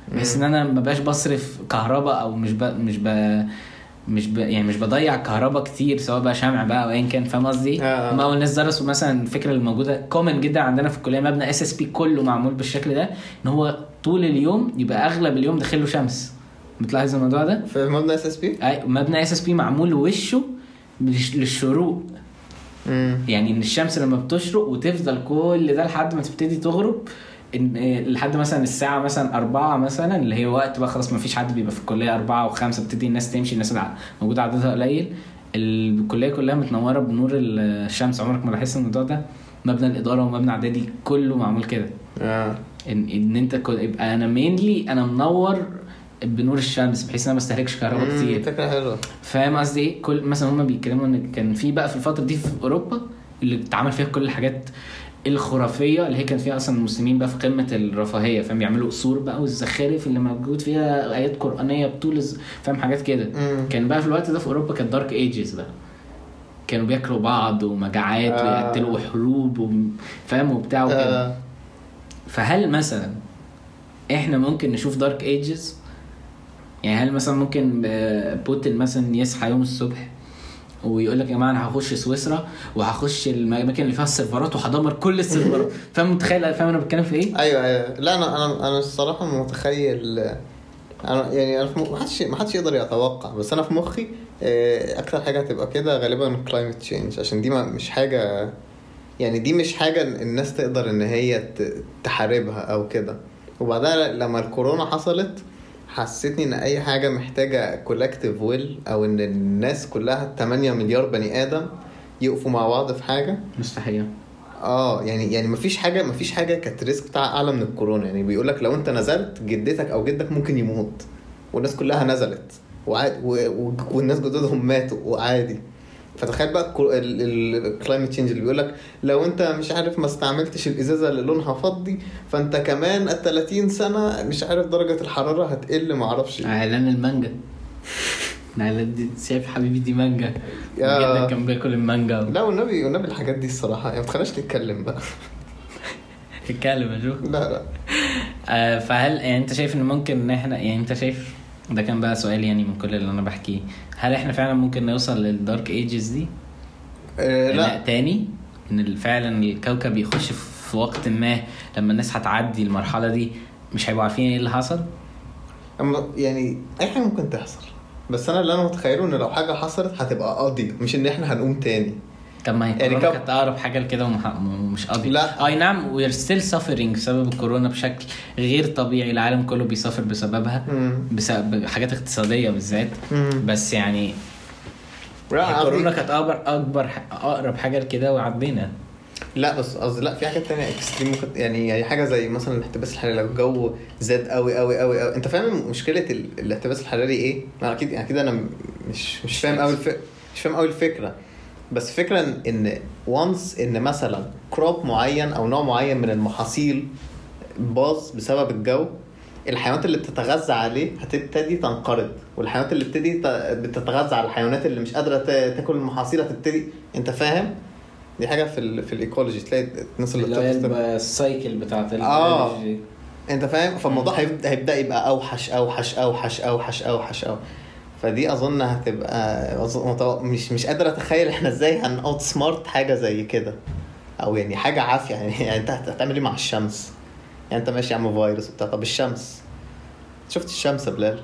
بحس ان انا ما بقاش بصرف كهرباء او مش ب... مش ب... مش ب... يعني مش بضيع كهرباء كتير سواء بقى شمع بقى او ايا كان. فاهم قصدي؟ آه. ما هو الناس درسوا مثلا الفكره اللي موجوده كومن جدا عندنا في الكليه، مبنى اس اس بي كله معمول بالشكل ده ان هو طول اليوم يبقى اغلب اليوم داخله شمس. بتلاحظ الموضوع ده في مبنى اس اس بي؟ اي مبنى اس اس بي معمول وشه للشروق. امم يعني ان الشمس لما بتشرق وتفضل كل ده لحد ما تبتدي تغرب، إن لحد مثلا الساعه مثلا أربعة مثلا اللي هي وقت بقى خلاص ما فيش حد بيبقى في الكليه، أربعة وخمسة بتبتدي الناس تمشي، الناس اللي موجوده عددها قليل، الكليه كلها متنوره بنور الشمس. عمرك ما لاحظت الموضوع ده؟ مبنى الاداره ومبنى اعدادي كله معمول كده. اه ان ان انت يبقى انا مينلي انا منور بنور الشمس بحيث ان انا ما استهلكش كهرباء كتير. فكره حلوه. فاهم قصدي ايه؟ كل مثلا هم بيتكلموا ان كان في بقى في الفتره دي في اوروبا اللي اتعمل فيها كل الحاجات الخرافيه اللي هي كان فيها اصلا المسلمين بقى في قمه الرفاهيه، فاهم؟ بيعملوا قصور بقى والزخارف اللي موجود فيها ايات قرانيه بطول، فاهم؟ حاجات كده. كان بقى في الوقت ده في اوروبا كانت دارك ايجز بقى، كانوا بياكلوا بعض ومجاعات آه. ويقتلوا حروب فاهم وبتاع وكده. آه. فهل مثلا احنا ممكن نشوف دارك ايجز؟ يعني هل مثلا ممكن بوتين مثلا يصحى يوم الصبح ويقول لك يا جماعه انا هخش سويسرا وهخش الاماكن اللي فيها السيرفرات وهدمر كل السيرفرات؟ فاهم متخيل؟ فاهم انا بتكلم في ايه؟ ايوه ايوه. لا انا انا انا الصراحه متخيل. انا يعني انا ما حدش ما حدش يقدر يتوقع، بس انا في مخي اكتر حاجه هتبقى كده غالبا كلايمت تشينج، عشان دي مش حاجه، يعني دي مش حاجه الناس تقدر ان هي تحاربها او كده. وبعدها لما الكورونا حصلت حسيتني ان اي حاجه محتاجه كولكتيف ويل، او ان الناس كلها ثمانية مليار بني ادم يقفوا مع بعض في حاجه مستحيل. اه يعني يعني مفيش حاجه مفيش حاجه كانت ريسك بتاع اعلى من الكورونا. يعني بيقول لك لو انت نزلت جدتك او جدك ممكن يموت، والناس كلها نزلت وعادي، والناس جدودهم ماتوا وعادي. فتخيل بقى الكلايمت تشينج اللي بيقول لك لو انت مش عارف ما استعملتش الازازه اللي لونها فضي فانت كمان ثلاثين سنه مش عارف درجه الحراره هتقل، ما اعرفش. اعلان المانجا اعلان دي شايف حبيبي دي مانجا جدا كان بياكل المانجا. لا والنبي والنبي الحاجات دي الصراحه يعني ما تخليناش نتكلم بقى. تتكلم يا جو. لا لا. آه فهل يعني انت شايف ان ممكن ان احنا يعني انت شايف ده كان بقى سؤال يعني من كل اللي انا بحكيه، هل احنا فعلا ممكن نوصل للدارك ايجز دي؟ أه لا تاني ان فعلا الكوكب يخش في وقت ما لما الناس هتعدي المرحله دي مش هيبقوا عارفين ايه اللي حصل. اما يعني اي حاجه ممكن تحصل، بس انا اللي انا متخيله ان لو حاجه حصلت هتبقى قاضيه، مش ان احنا هنقوم تاني. طب ما هي يعني كورونا كانت اقرب حاجه لكده ومش قاضيه. لا اي نعم وير ستيل سافرينج بسبب الكورونا بشكل غير طبيعي، العالم كله بيسافر بسببها، بسبب حاجات اقتصاديه بالذات. بس يعني الكورونا كانت اكبر اكبر اقرب حاجه لكده وعدينا. لا بس قصدي لا في حاجات تانية اكستريم ممكن، يعني هي حاجه زي مثلا الاحتباس الحراري. لو الجو زاد قوي قوي قوي قوي، انت فاهم مشكله الاحتباس الحراري ايه؟ انا اكيد اكيد انا مش مش فاهم قوي الفكره مش فاهم قوي الفكره بس فكرة ان وانس ان مثلا كروب معين او نوع معين من المحاصيل باظ بسبب الجو، الحيوانات اللي بتتغذى عليه هتبتدي تنقرض، والحيوانات اللي بتبتدي بتتغذى على الحيوانات اللي مش قادرة تاكل المحاصيل هتبتدي. انت فاهم؟ دي حاجة في ال في الايكولوجي، تلاقي الناس اللي بتبقى السايكل بتاعت الايكولوجي. اه انت فاهم؟ فالموضوع هيبدأ يبقى اوحش اوحش اوحش اوحش اوحش اوحش. فدي اظن هتبقى مش مش قادر اتخيل احنا ازاي هنأوت سمارت حاجه زي كده، او يعني حاجه عافيه. يعني, يعني انت هتعمل ايه مع الشمس؟ يعني انت ماشي عم فيروس بتاع، طب الشمس شفت الشمس يا بلال؟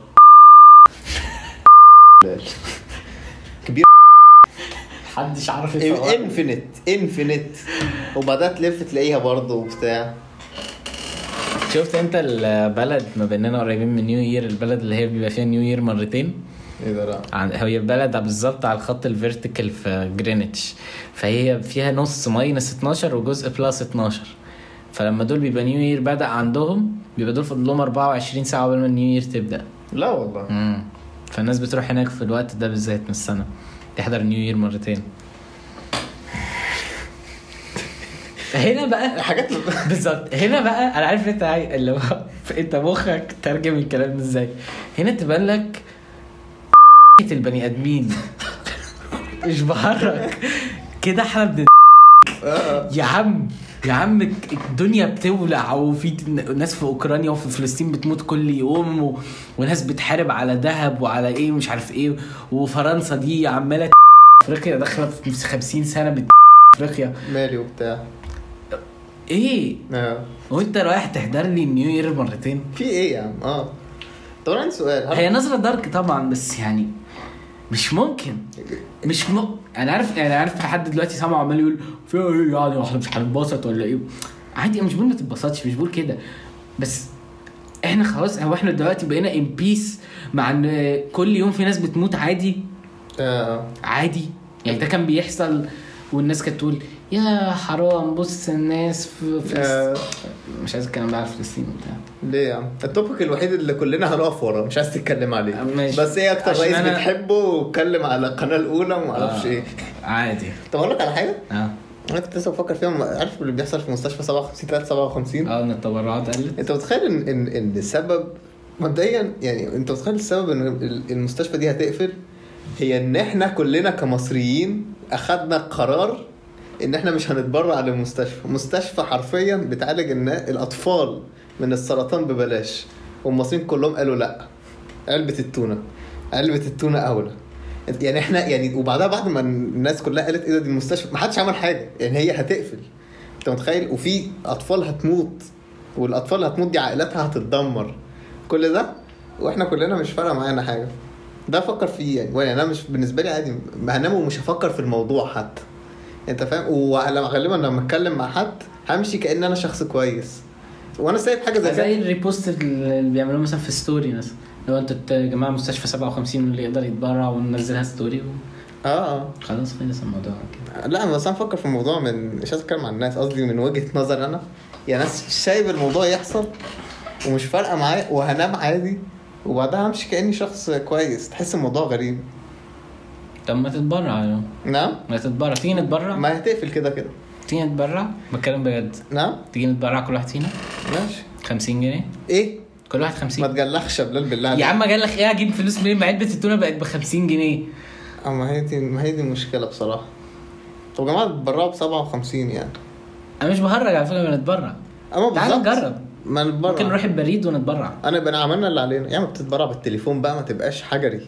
بلال كبير محدش عارف انفينيت انفينيت وبدات تلف تلاقيها برضه وبتاع. شفت انت البلد ما بيننا قريبين من نيو يير، البلد اللي هي بيبقى فيها نيو يير مرتين؟ ايه ده؟ لا هي بلد بالظبط على الخط الفيرتيكال في جرينتش، فهي فيها نص ماينس اتناشر وجزء بلاس اتناشر. فلما دول بيبقى نيو يير بدأ عندهم بيبقى دول فاضل لهم أربعة وعشرين ساعه قبل ما نيو يير تبدا. لا والله. امم فالناس بتروح هناك في الوقت ده بالذات من السنه تحضر نيو يير مرتين. هنا بقى حاجات بالظبط. هنا بقى انا عارف انت اللي هو انت مخك ترجم الكلام ده ازاي. هنا تبان لك البني ادمين مش بحرك كده احنا بن يا عم يا عم الدنيا بتولع وفي ناس في اوكرانيا وفي فلسطين بتموت كل يوم و... وناس بتحارب على دهب وعلى ايه مش عارف ايه, وفرنسا دي عماله افريقيا داخله في خمسين سنه بت... افريقيا مالي وبتاع ايه اه وانت رايح تحضر لي النيو يير مرتين في ايه يا عم. اه طب انا عندي سؤال. هي نظره دارك طبعا بس يعني مش ممكن مش م... انا عارف يعني عارف حد دلوقتي سامع عمال يقول في ايه يعني احنا مش هنتبسط ولا ايه. عادي مش بقول ما تتبسطش, مش بقول كده, بس احنا خلاص هو احنا دلوقتي بقينا ان بيس مع ان كل يوم في ناس بتموت عادي. اه عادي يعني ده كان بيحصل والناس كانت تقول يا حرام بص الناس في فلسطين. آه. مش عايز اتكلم بقى على فلسطين وبتاع. ليه يا عم؟ التوبيك الوحيد اللي كلنا هنقف وراه مش عايز تتكلم عليه. ماشي. بس ايه اكتر عشان رئيس أنا- بتحبه واتكلم على القناه الاولى وما اعرفش آه. ايه. عادي طب اقول لك على حاجه. اه انا كنت لسه بفكر فيها. عارف اللي بيحصل في مستشفى سبعة وخمسين ثلاثة سبعة وخمسين؟ اه ان التبرعات قلت. انت متخيل ان ان ان السبب مبدئيا يعني انت متخيل السبب ان المستشفى دي هتقفل هي ان احنا كلنا كمصريين اخدنا قرار ان احنا مش هنتبرع للمستشفى. مستشفى حرفيا بتعالج الاطفال من السرطان ببلاش, والمصريين كلهم قالوا لا. علبة التونة علبة التونة اولى يعني احنا يعني. وبعدها بعد ما الناس كلها قالت ايه ده دي المستشفى ما حدش عمل حاجة يعني هي هتقفل. انت متخيل؟ وفي اطفال هتموت, والاطفال هتموت دي عائلاتها هتتدمر, كل ده واحنا كلنا مش فارقه معانا حاجه. ده افكر فيه يعني, وانا انا مش بالنسبه لي عادي هنام ومش هفكر في الموضوع حتى, انت فاهم؟ ولما غالبا لما اتكلم مع حد همشي كأن انا شخص كويس وانا سايب حاجه زي كده. زي الريبوست اللي بيعملوه مثلا في ستوري مثلا, لو انتوا يا جماعه مستشفى سبعة وخمسين اللي يقدر يتبرع وننزلها ستوري و... اه اه خلاص خلص الموضوع كده. لا بس انا بفكر في الموضوع من مش عايز اتكلم عن الناس, قصدي من وجهه نظر انا يعني. ناس سايب الموضوع يحصل ومش فارقه معايا وهنام عادي, وبعدها همشي كأني شخص كويس. تحس الموضوع غريب. طب ما تتبرع يا نعم ما تتبرع تيجي نتبرع ما هتقفل كده كده. تيجي نتبرع بتكلم بجد. نعم تيجي نتبرع كل واحد فينا ماشي. خمسين جنيه ايه كل واحد ما خمسين. تجلخش يا بلال بالله يا عم قال لك ايه اجيب فلوس منين ما علبه التونه بقت ب خمسين جنيه. اه ما هي دي ما هي دي المشكله بصراحه. طب يا جماعه تبرعوا ب سبعة وخمسين يعني. انا مش بهرج على فكره بنتبرع. اما تعال بالظبط نجرب ما نتبرع. ممكن نروح البريد ونتبرع. انا بقى عملنا اللي علينا يعني. ما بتتبرع بالتليفون بقى ما تبقاش حجري.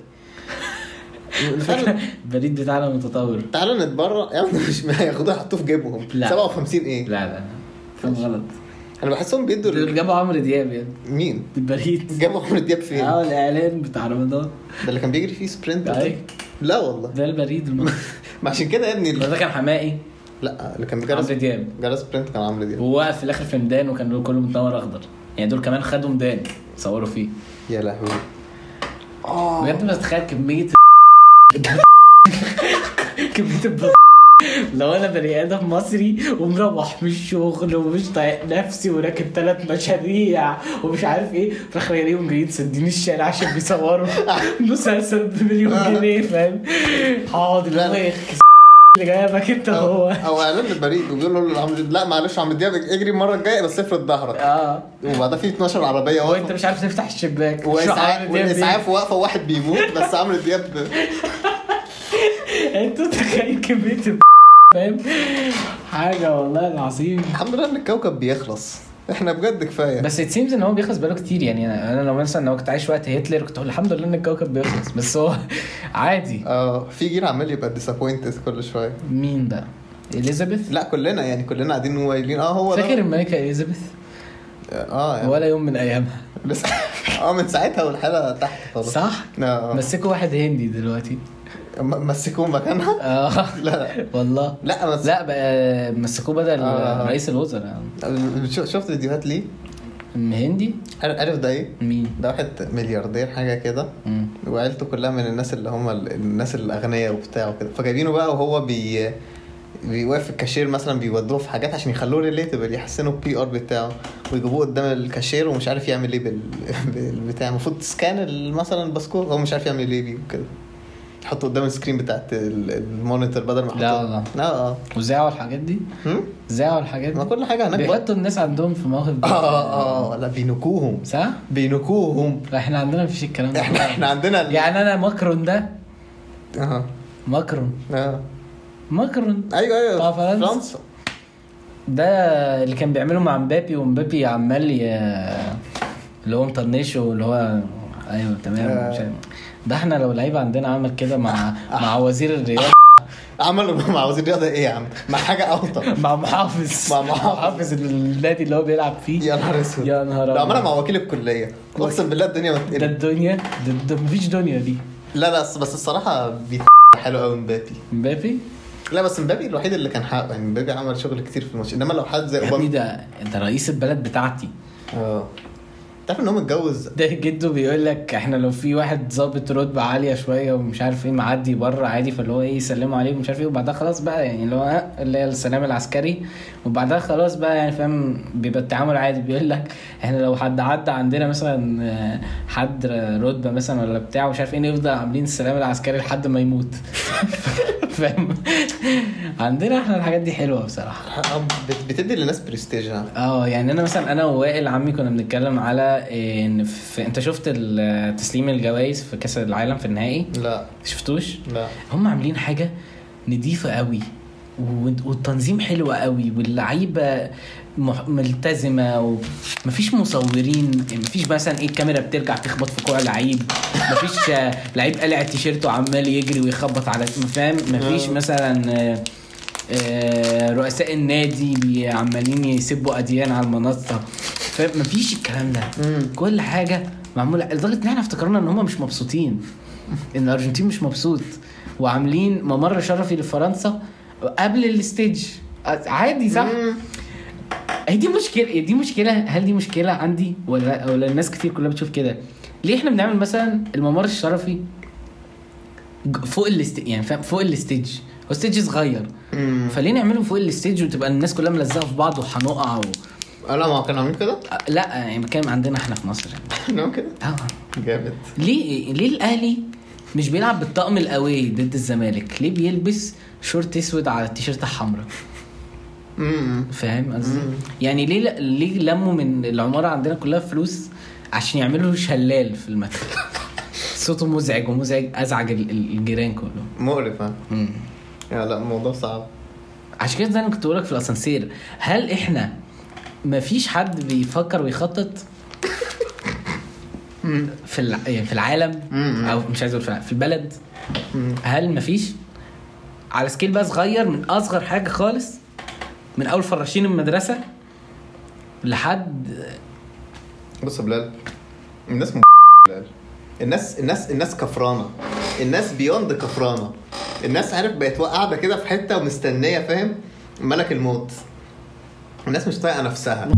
البريد بتاعنا متطور. تعالوا نتبرع يا ابني. مش ما ياخدوها يحطوه في جيبهم. لا. سبعة وخمسين ايه؟ لا لا فهم غلط. انا بحسهم بيدوا دول جابوا عمرو دياب يعني. مين البريد جابوا عمرو دياب فين؟ اه الاعلان بتاع رمضان ده اللي كان بيجري فيه سبرنت. أي. لا والله ده البريد المصري. ما عشان كده يا ابني. ده كان حمائي. لا اللي كان عمرو بيجري دياب جرى سبرنت كان عمرو دياب. وهو واقف في الاخر في ميدان وكان كله متنور اخضر يعني. دول كمان خدوا ميدان صوروا فيه. يا لهوي اه بجد ما تتخيل كميه كميه الب... لو انا بني ادم مصري ومروح من الشغل ومش طايق نفسي وراكب ثلاث مشاريع ومش عارف ايه, في الاخر يلاقيهم جايين سدين الشارع عشان بيصوروا مسلسل بمليون جنيه فاهم. حاضر الله يخليك اللي جايبك انت هو او اعلان البريد وبيقولوا له عمرو لا معلش عمرو دياب اجري المره الجايه بس افرد ظهرك. اه وبعدها في اتناشر عربيه هو انت واقفه مش عارف تفتح الشباك واسعاف والاسعاف واقفه وواحد بيموت بس عمرو دياب. انتوا تخيل كميه الب... فاهم حاجه والله العظيم. الحمد لله ان الكوكب بيخلص. احنا بجد كفايه. بس it seems ان هو بيخلص بقاله كتير يعني. انا لو مثلا لو كنت عايش وقت هتلر كنت اقول الحمد لله ان الكوكب بيخلص, بس هو عادي. اه في جيل عمال يبقى ديسابوينتد كل شويه. مين بقى؟ اليزابيث؟ لا كلنا يعني كلنا قاعدين مويلين. اه هو فاكر الملكه اليزابيث؟ اه يعني. ولا يوم من ايامها لسه اه من ساعتها والحاله تحت خالص. صح. اه مسكوا واحد هندي دلوقتي. م- مسكوه مكانها. اه لا والله لا بس لا بقى مسكوه بدل آه. رئيس الوزراء. شو- شفت فيديوهات ليه؟ هندي. عارف ده ايه؟ مين؟ ده واحد ملياردير حاجه كده, مم. وعيلته كلها من الناس اللي هم ال- الناس الاغنياء وبتاع وكده, فجايبينه بقى وهو بي بيوقف في الكاشير مثلا, بيودوه في حاجات عشان يخلوه ريليتبل, يحسنوا البي ار بتاعه, ويجيبوه قدام الكاشير ومش عارف يعمل ايه بال... بالبتاع. المفروض تسكان ال- مثلا الباسكور, هو مش عارف يعمل ايه بيه وكده, يحطه قدام السكرين بتاعت ال- المونيتور بدل ما يحطه. لا والله. اه اه وزاعوا الحاجات دي. هم؟ زاعوا الحاجات ما دي. كل حاجه هناك بقى. بيحطوا الناس عندهم في مواقف دي. اه اه لا بينكوهم صح. بينكوهم. احنا عندنا مفيش الكلام ده. احنا احنا عندنا ال- يعني انا ماكرون ده اه ماكرون اه ماكرون ايوه بتاع ايوه فرنسا. فرنسا ده اللي كان بيعمله مع مبابي، ومبابي عمال ي... اللي هو مطنشه اللي هو ايوه تمام مش ده. احنا لو لعيبه عندنا عمل كده مع مع وزير الرياضه عملوا مع وزير الرياضه ايه يا عم؟ مع حاجه اوطى مع محافظ مع محافظ النادي اللي هو بيلعب فيه. يا نهار اسود يا نهار لا عملها مع وكيل الكليه. اقسم بالله الدنيا ده متقلب. الدنيا ده, ده مفيش دنيا دي. لا لا بس الصراحه بي حلو قوي مبابي. مبابي لا بس مبابي الوحيد اللي كان حقه يعني. مبابي عمل شغل كتير في الماتش، انما لو حد زي اوباما ده ده رئيس البلد بتاعتي. اه تعرف ان هو متجوز؟ ده جده بيقول لك احنا لو في واحد ضابط رتبه عاليه شويه ومش عارف ايه معدي بره عادي، فاللي هو ايه يسلموا عليه ومش عارف ايه، وبعدها خلاص بقى يعني اللي هو اللي هي السلام العسكري، وبعدها خلاص بقى يعني فاهم بيبقى التعامل عادي. بيقول لك احنا لو حد عدى عندنا مثلا حد رتبه مثلا ولا بتاع مش عارف ايه، نفضل عاملين السلام العسكري لحد ما يموت. فاهم؟ عندنا احنا الحاجات دي حلوه بصراحه، بتدي للناس برستيج. اه يعني انا مثلا انا ووائل عمي كنا بنتكلم على ان في... انت شفت تسليم الجوائز في كاس العالم في النهائي؟ لا شفتوش؟ لا. هم عاملين حاجه نظيفه قوي والتنظيم حلو قوي واللعيبه ملتزمه ومفيش مصورين، مفيش مثلا ايه الكاميرا بترجع تخبط في كوع لعيب، مفيش لعيب قلع التيشيرت وعمال يجري ويخبط على فاهم، مفيش مثلا رؤساء النادي عمالين يسبوا اديان على المنصه، فمفيش الكلام ده. كل حاجه معموله لدرجه ان احنا افتكرنا ان هم مش مبسوطين، ان الارجنتين مش مبسوط، وعاملين ممر شرفي لفرنسا قبل الستيج عادي صح. هي دي مشكله دي مشكله هل دي مشكله عندي ولا ولا الناس كتير كلها بتشوف كده؟ ليه احنا بنعمل مثلا الممر الشرفي فوق الستيج يعني فوق الستيج، هو ستيج صغير فليه نعمله فوق الستيج وتبقى الناس كلها ملزقه في بعض وهنقع و... لا ما كانوا عاملين كده. لا يعني كان عندنا احنا في مصر يعني كده اه جامد. ليه ليه الاهلي مش بيلعب بالطقم القوي ضد الزمالك؟ ليه بيلبس شورت اسود على التيشيرت الحمراء؟ امم فاهم قصدي؟ يعني ليه ليه لموا من العماره عندنا كلها فلوس عشان يعملوا شلال في المكان؟ صوته مزعج ومزعج ازعج الجيران كله، مقرف. امم يا لا الموضوع صعب. عشان كده زي ما كنت بقولك في الاسانسير، هل احنا مفيش حد بيفكر ويخطط في في العالم او مش عايز اقول في البلد؟ هل مفيش على سكيل بقى صغير من اصغر حاجه خالص، من اول فراشين المدرسه لحد بص بلال الناس م... بلال الناس الناس الناس كفرانه، الناس بيوند كفرانه، الناس عارف بقت قاعده كده في حته ومستنيه فاهم ملك الموت. الناس مش طايقه نفسها.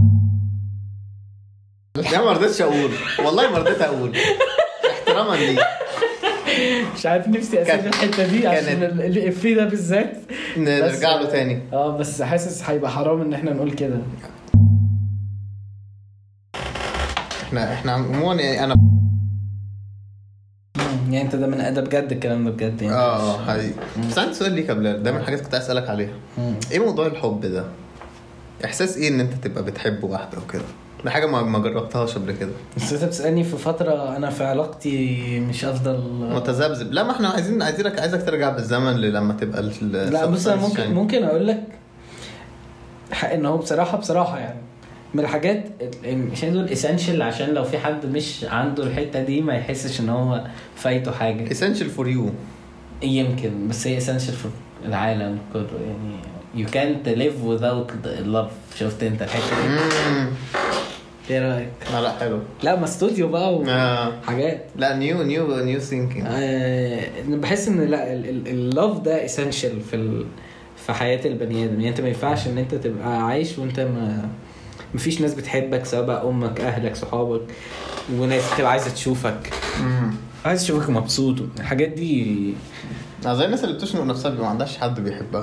يا ما رضيتش اقول والله ما رضيت اقول احتراما ليك. مش عارف نفسي اسيب الحته دي عشان الافيه ده بالذات نرجع له تاني. اه بس حاسس هيبقى حرام ان احنا نقول كده. احنا احنا عموما يعني انا يعني انت ده من ادب بجد الكلام ده بجد يعني. اه اه حقيقي. بس عندي سؤال ليك يا بلال، ده من الحاجات كنت اسالك عليها. مم. ايه موضوع الحب ده؟ احساس ايه ان انت تبقى بتحب واحده وكده؟ ده حاجه ما ما جربتهاش قبل كده. بس انت بتسالني في فتره انا في علاقتي مش افضل متذبذب. لا ما احنا عايزين عايزينك عايزك ترجع بالزمن لما تبقى لا بص ممكن يعني. ممكن اقول لك ان هو بصراحه بصراحه يعني من الحاجات مش هنقول اسينشال عشان لو في حد مش عنده الحته دي ما يحسش ان هو فايته حاجه. اسينشال فور يو يمكن، بس هي اسينشال فور العالم كله يعني. you can't live without love. شفت انت الحته دي؟ ايه رايك؟ لا لا حلو. لا ما استوديو بقى وحاجات. لا نيو نيو نيو ثينكينج. انا بحس ان لا اللوف ده اسينشال في ال... في حياه البني ادم. يعني انت ما ينفعش ان انت تبقى عايش وانت ما مفيش ناس بتحبك، سواء بقى امك اهلك صحابك، وناس بتبقى عايزه تشوفك امم عايزه تشوفك مبسوط. الحاجات دي زي الناس اللي بتشنق نفسها ما عندهاش حد بيحبها.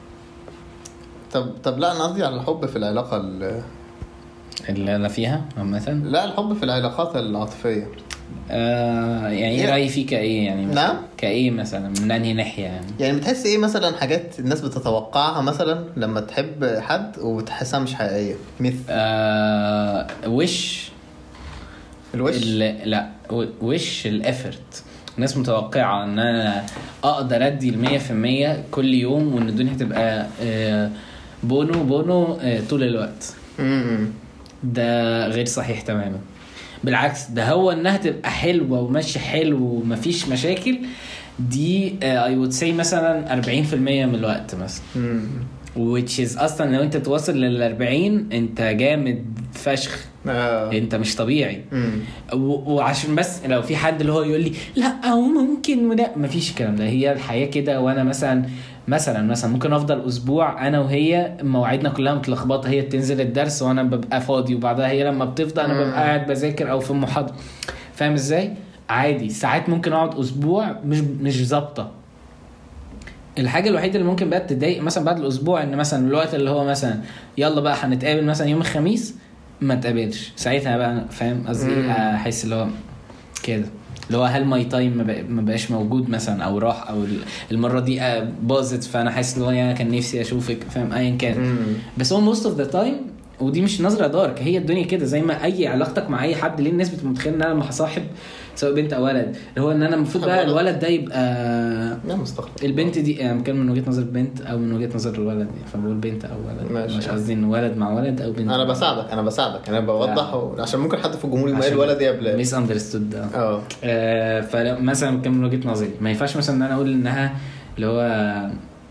طب طب لا انا قصدي على الحب في العلاقه اللي اللي انا فيها مثلا. لا الحب في العلاقات العاطفيه. آه يعني ايه رايي فيه كايه يعني؟ نعم كايه مثلا من انهي ناحيه يعني؟ يعني بتحس ايه مثلا حاجات الناس بتتوقعها مثلا لما تحب حد وبتحسها مش حقيقيه؟ مثل آه وش الوش لا وش الافرت. الناس متوقعه ان انا اقدر ادي المية في المية كل يوم وان الدنيا تبقى آه بونو بونو آه، طول الوقت. امم ده غير صحيح تماما. بالعكس ده هو انها تبقى حلوه وماشي حلو ومفيش مشاكل دي اي وود سي مثلا أربعين في المية من الوقت مثلا. امم which is اصلا لو انت توصل لل أربعين انت جامد فشخ. اه انت مش طبيعي. امم و- وعشان بس لو في حد اللي هو يقول لي لا او ممكن ولا مفيش الكلام ده. هي الحياه كده. وانا مثلا مثلا مثلا ممكن افضل اسبوع انا وهي مواعيدنا كلها متلخبطه. هي بتنزل الدرس وانا ببقى فاضي وبعدها هي لما بتفضى انا ببقى قاعد بذاكر او في المحاضره. فاهم ازاي؟ عادي ساعات ممكن اقعد اسبوع مش مش ظابطه. الحاجه الوحيده اللي ممكن بقى تضايق مثلا بعد الاسبوع ان مثلا الوقت اللي هو مثلا يلا بقى هنتقابل مثلا يوم الخميس ما تقابلش ساعتها بقى أنا فاهم قصدي مم. احس اللي هو كده اللي هو هل ماي تايم ما بق- ما بقاش موجود مثلا او راح او ال- المره دي آه، باظت فانا حاسس اللي هو يعني كان نفسي اشوفك فاهم ايا كان. امم بس هو موست اوف ذا تايم ودي مش نظره دارك. هي الدنيا كده زي ما اي علاقتك مع اي حد. ليه الناس بتتخيل ان انا لما هصاحب سواء بنت او ولد اللي هو ان انا المفروض بقى الولد ده يبقى لا مستغرب. البنت دي يعني كان من وجهه نظر بنت او من وجهه نظر الولد يعني فبقول بنت او ولد. ماشي. مش قصدي ان ولد مع ولد او بنت. انا بساعدك انا بساعدك انا بوضح و... عشان ممكن حد في الجمهور يقول عشان الولد يا بلاد. ميس اندرستود. اه اه فمثلا كان من وجهه نظري ما ينفعش مثلا ان انا اقول انها اللي هو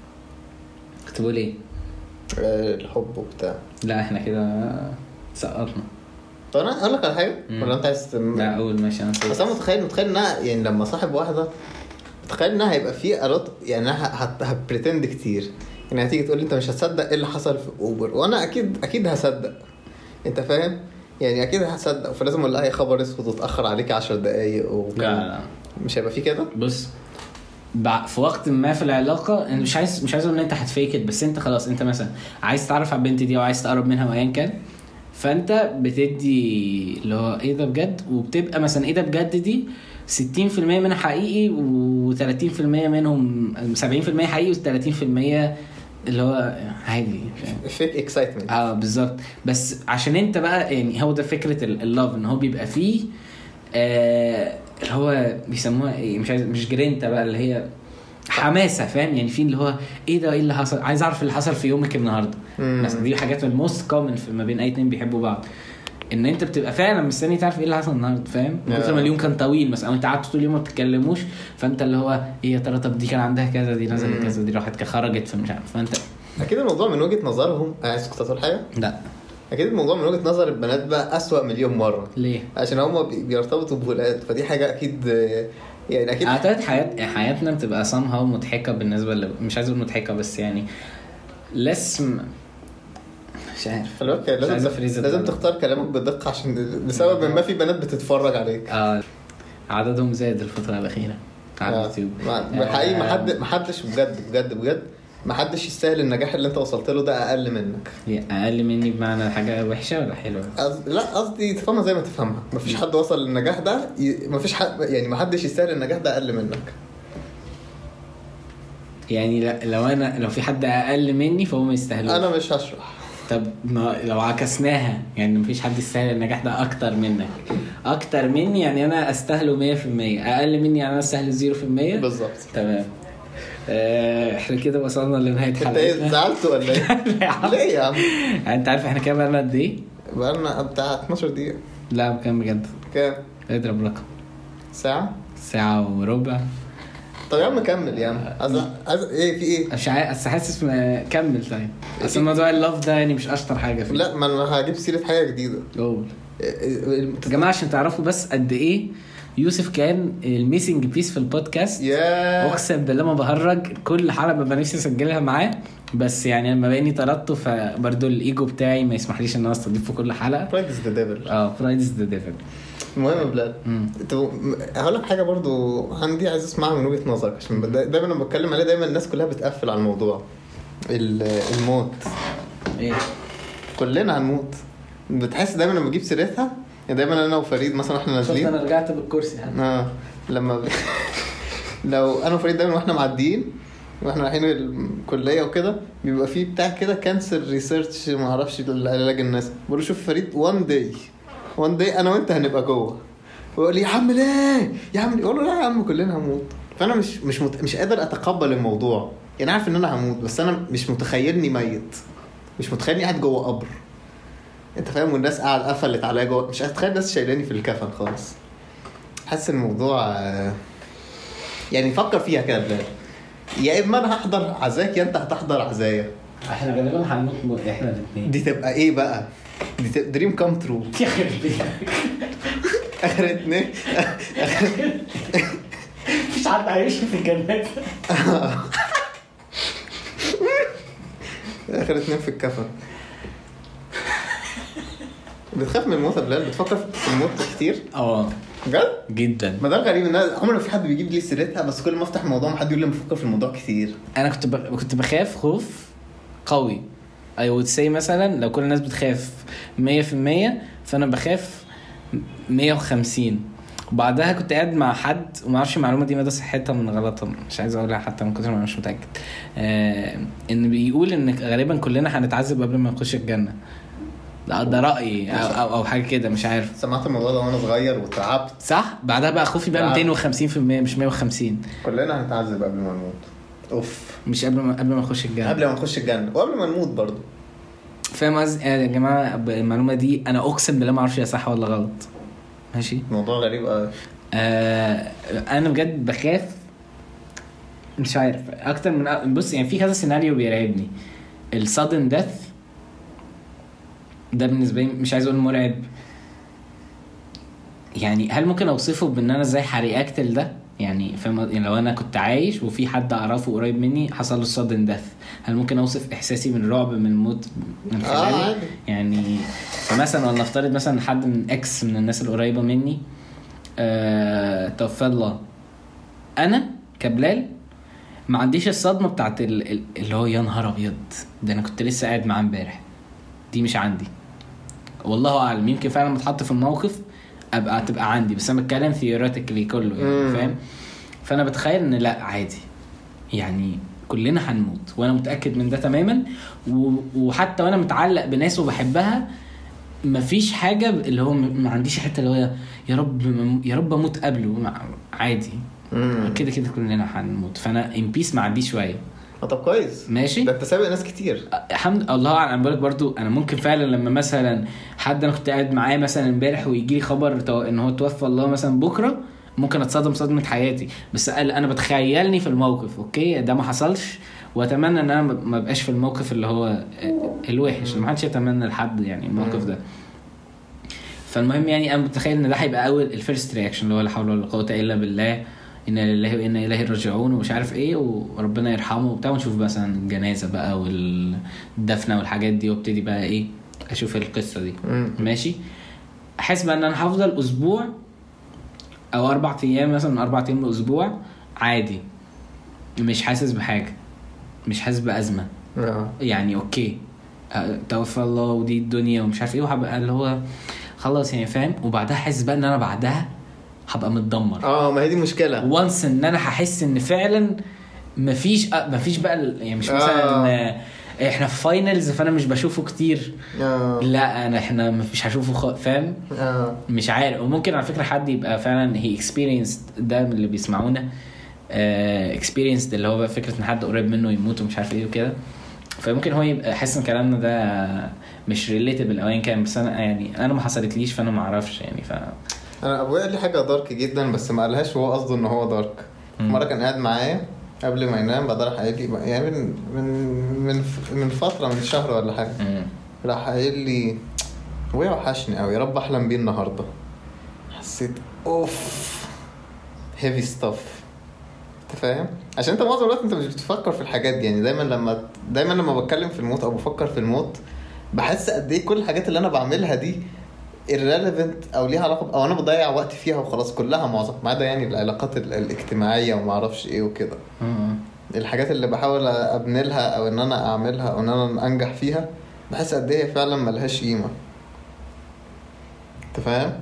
كنت بقول ايه آه، الحب وبتاع. لا احنا كده سقطنا. طب انا اقول لك على حاجه مم. ولا انت عايز تم... لا اقول ماشي انا بس انا متخيل متخيل انها يعني لما صاحب واحده متخيل انها هيبقى في الوت يعني انها هت... هتبريتند كتير. يعني هتيجي تقول لي انت مش هتصدق ايه اللي حصل في اوبر وانا اكيد اكيد هصدق. انت فاهم يعني اكيد هصدق فلازم اقول لها اي خبر اسود وتاخر عليك عشر دقايق وكده. لا لا مش هيبقى في كده. بص بع- في وقت ما في العلاقه انا مش عايز مش عايز اقول ان انت هتفيكت بس انت خلاص انت مثلا عايز تعرف على البنت دي او عايز تقرب منها وايا كان فانت بتدي اللي هو ايه ده بجد وبتبقى مثلا ايه ده بجد دي ستين في المية منها حقيقي و30% منهم سبعين في المية حقيقي و30% اللي هو عادي فاهم؟ فيك اكسايتمنت. اه بالظبط. بس عشان انت بقى يعني هو ده فكره اللوف ان هو بيبقى فيه آه اللي هو بيسموها ايه مش عايز مش جرينتا بقى اللي هي حماسه فاهم يعني في اللي هو ايه ده ايه اللي حصل عايز اعرف اللي حصل في يومك النهارده مثلا. دي حاجات من الموست كومن ما بين اي اتنين بيحبوا بعض ان انت بتبقى فعلا مستني تعرف ايه اللي حصل النهارده فاهم. كتر ما اليوم كان طويل مثلا او انت قعدت طول اليوم ما بتتكلموش فانت اللي هو ايه يا ترى طب دي كان عندها كذا دي نزلت كذا دي راحت خرجت فمش عارف فانت اكيد الموضوع من وجهه نظرهم. عايز كنت اقول حاجه. لا اكيد الموضوع من وجهه نظر البنات بقى اسوأ مليون مره ليه عشان هم بي- بيرتبطوا بولاد فدي حاجه اكيد آه، يعني اكيد اعتقد حياه حياتنا بتبقى somehow مضحكه بالنسبه ل... مش عايز اقول مضحكه بس يعني لسم مش عارف خلي بالك عايز لازم أفريز لازم الدنيا. تختار كلامك بدقه عشان لسبب ما في بنات بتتفرج عليك. اه عددهم زاد الفتره الاخيره على آه. اليوتيوب. ما- حقيقي ما حد ما حدش بجد بجد بجد ما حدش يستاهل النجاح اللي انت وصلت له ده اقل منك. اقل مني بمعنى حاجه وحشه ولا حلوه؟ قصد- لا قصدي تفهمها زي ما تفهمها. ما فيش حد وصل للنجاح ده ي... ما فيش حد يعني ما حدش يستاهل النجاح ده اقل منك. يعني لا- لو انا لو في حد اقل مني فهو ما يستاهلوش. انا مش هشرح. طب ما لو عكسناها يعني مفيش حد يستاهل النجاح ده اكتر منك اكتر مني يعني انا استاهله مية في المية اقل مني يعني انا استاهل صفر في المية بالظبط. تمام. آه، احنا كده وصلنا لنهايه انت ايه حلقتنا. زعلت ولا ايه؟ ليه يا عم؟ يعني انت عارف احنا كام بقالنا قد ايه؟ بقالنا بتاع اتناشر دقيقه. لا كام بجد؟ كام اضرب رقم. ساعه؟ ساعه وربع. طب يا عم كمل يا عم. عايز عايز ايه في ايه؟ مش عارف بس حاسس ما- كمل طيب. اصل موضوع اللوف ده يعني مش اشطر حاجه فيه. لا ما انا هجيب سيره حاجه جديده. قول إيه- إيه- يا جماعه عشان تعرفوا بس قد ايه يوسف كان الميسنج بيس في البودكاست. يا اقسم بالله ما بهرج كل حلقه ببقى نفسي اسجلها معاه بس يعني لما بقيني طردته فبرضه الايجو بتاعي ما يسمحليش ان انا استضيفه في كل حلقه. برايد از ذا ديفل. اه برايد از ذا ديفل. المهم يا بلال انت هقول لك حاجه برضو عندي عايز اسمعها من وجهه نظرك عشان بدا- دايما لما بتكلم عليه دايما الناس كلها بتقفل على الموضوع. ال- الموت. ايه كلنا هنموت. بتحس دايما لما بجيب سيرتها يعني دايما انا وفريد مثلا احنا شفت نازلين انا رجعت بالكرسي يعني. اه لما ب... لو انا وفريد دايما واحنا معديين واحنا رايحين الكليه وكده بيبقى فيه بتاع كده كانسر ريسيرش ما اعرفش علاج الناس بقول شوف فريد وان داي وان داي انا وانت هنبقى جوه ويقول لي يا عم ليه يا عم يقول له لا يا عم كلنا هنموت. فانا مش مش مت... مش قادر اتقبل الموضوع يعني عارف ان انا هموت بس انا مش متخيلني ميت. مش متخيل قاعد جوه قبر انت فاهم والناس قاعد قفلت عليا جوه مش هتخيل الناس شايلاني في الكفن خالص حاسس الموضوع يعني فكر فيها كده بلاد يا اما انا هحضر عزاك يا انت هتحضر عزايا احنا غالبا هنموت احنا الاثنين دي تبقى ايه بقى دي دريم كام ترو يا خربي اخر اتنين مفيش حد عايش في الجنات اخر اتنين في الكفن بتخاف من الموت يا بلال بتفكر في الموت كتير اه بجد جدا ما ده غريب ان عمره في حد بيجيب لي سيرتها بس كل ما افتح الموضوع حد يقول لي بفكر في الموضوع كتير انا كنت ب... كنت بخاف خوف قوي I would say مثلا لو كل الناس بتخاف مية في المية فانا بخاف مية وخمسين وبعدها كنت قاعد مع حد وما اعرفش المعلومه دي مدى صحتها من غلطها مش عايز اقولها حتى من كتر ما انا مش متاكد آه ان بيقول ان غالبا كلنا هنتعذب قبل ما نخش الجنه ده, ده رايي أو, او او حاجه كده مش عارف سمعت الموضوع ده وانا صغير وتعبت صح بعدها بقى خوفي بقى ميتين وخمسين في المية مش مية وخمسين كلنا هنتعذب قبل ما نموت اوف مش قبل ما قبل ما نخش الجنه قبل ما نخش الجنه وقبل ما نموت برضو فاهم قصدي يا جماعه المعلومه دي انا اقسم بالله ما اعرفش هي صح ولا غلط ماشي موضوع غريب قوي آه انا بجد بخاف مش عارف اكتر من بص يعني في كذا سيناريو بيرعبني السادن ديث ده بالنسبه لي مش عايز اقول مرعب يعني هل ممكن اوصفه بان انا ازاي هرياكت لده يعني فاهم يعني لو انا كنت عايش وفي حد اعرفه قريب مني حصل له السادن ديث هل ممكن اوصف احساسي من رعب من الموت من خلالي آه يعني فمثلا ولا نفترض مثلا حد من اكس من الناس القريبه مني أه... توفى الله انا كبلال ما عنديش الصدمه بتاعت ال... اللي هو يا نهار ابيض ده انا كنت لسه قاعد معاه امبارح دي مش عندي والله اعلم يمكن فعلا متحط في الموقف ابقى تبقى عندي بس انا بتكلم ثيوريتيكلي كله يعني فاهم فانا بتخيل ان لا عادي يعني كلنا هنموت وانا متاكد من ده تماما و... وحتى وانا متعلق بناس وبحبها مفيش حاجه اللي هو ما عنديش حته اللي هو يا رب يا رب اموت قبله عادي كده كده كلنا هنموت فانا ان بيس مع دي شويه طب كويس ماشي ده انت سابق ناس كتير الحمد الله انا بقولك برضو انا ممكن فعلا لما مثلا حد انا كنت قاعد معاه مثلا امبارح ويجي لي خبر تو... ان هو توفى الله مثلا بكره ممكن اتصدم صدمه حياتي بس انا بتخيلني في الموقف اوكي ده ما حصلش واتمنى ان انا ما بقاش في الموقف اللي هو الوحش ما حدش يتمنى لحد يعني الموقف ده فالمهم يعني انا متخيل ان ده هيبقى اول الفيرست رياكشن اللي هو لا حول ولا قوه الا بالله إنا لله وإنا إليه راجعون ومش عارف إيه وربنا يرحمه وبتاع ونشوف مثلا الجنازة بقى والدفنة والحاجات دي وابتدي بقى إيه أشوف القصة دي ماشي أحس بقى إن أنا هفضل أسبوع أو أربع أيام مثلا من أربع أيام لأسبوع عادي مش حاسس بحاجة مش حاسس بأزمة يعني أوكي توفى الله ودي الدنيا ومش عارف إيه وهبقى اللي هو خلاص يعني فاهم وبعدها حاسس بقى إن أنا بعدها هبقى متدمر اه ما هي دي مشكله وانس ان انا هحس ان فعلا مفيش مفيش بقى يعني مش مثلا آه. احنا في فاينلز فانا مش بشوفه كتير آه. لا انا احنا مش هشوفه خ... فاهم آه. مش عارف وممكن على فكره حد يبقى فعلا هي اكسبيرينس ده من اللي بيسمعونا اكسبيرينس اللي هو بقى فكره ان حد قريب منه يموت ومش عارف ايه وكده فممكن هو يبقى حاسس ان كلامنا ده مش ريليتابل او ايا كان بس انا يعني انا ما حصلتليش فانا ما اعرفش يعني ف انا ابويا قال لي حاجه دارك جدا بس ما قالهاش وهو قصده ان هو دارك مره كان قاعد معايا قبل ما ينام بعد راح قايل لي يعني من من من من فتره من شهر ولا حاجه راح قايل لي ابويا وحشني قوي يا رب احلم بيه النهارده حسيت اوف هيفي ستاف انت فاهم عشان انت معظم الوقت انت مش بتفكر في الحاجات دي يعني دايما لما دايما لما بتكلم في الموت او بفكر في الموت بحس قد ايه كل الحاجات اللي انا بعملها دي irrelevant او ليها علاقه او انا بضيع وقت فيها وخلاص كلها معظم ما عدا يعني العلاقات الاجتماعيه وما اعرفش ايه وكده الحاجات اللي بحاول ابني لها او ان انا اعملها او ان انا انجح فيها بحس قد ايه فعلا ملهاش قيمه انت فاهم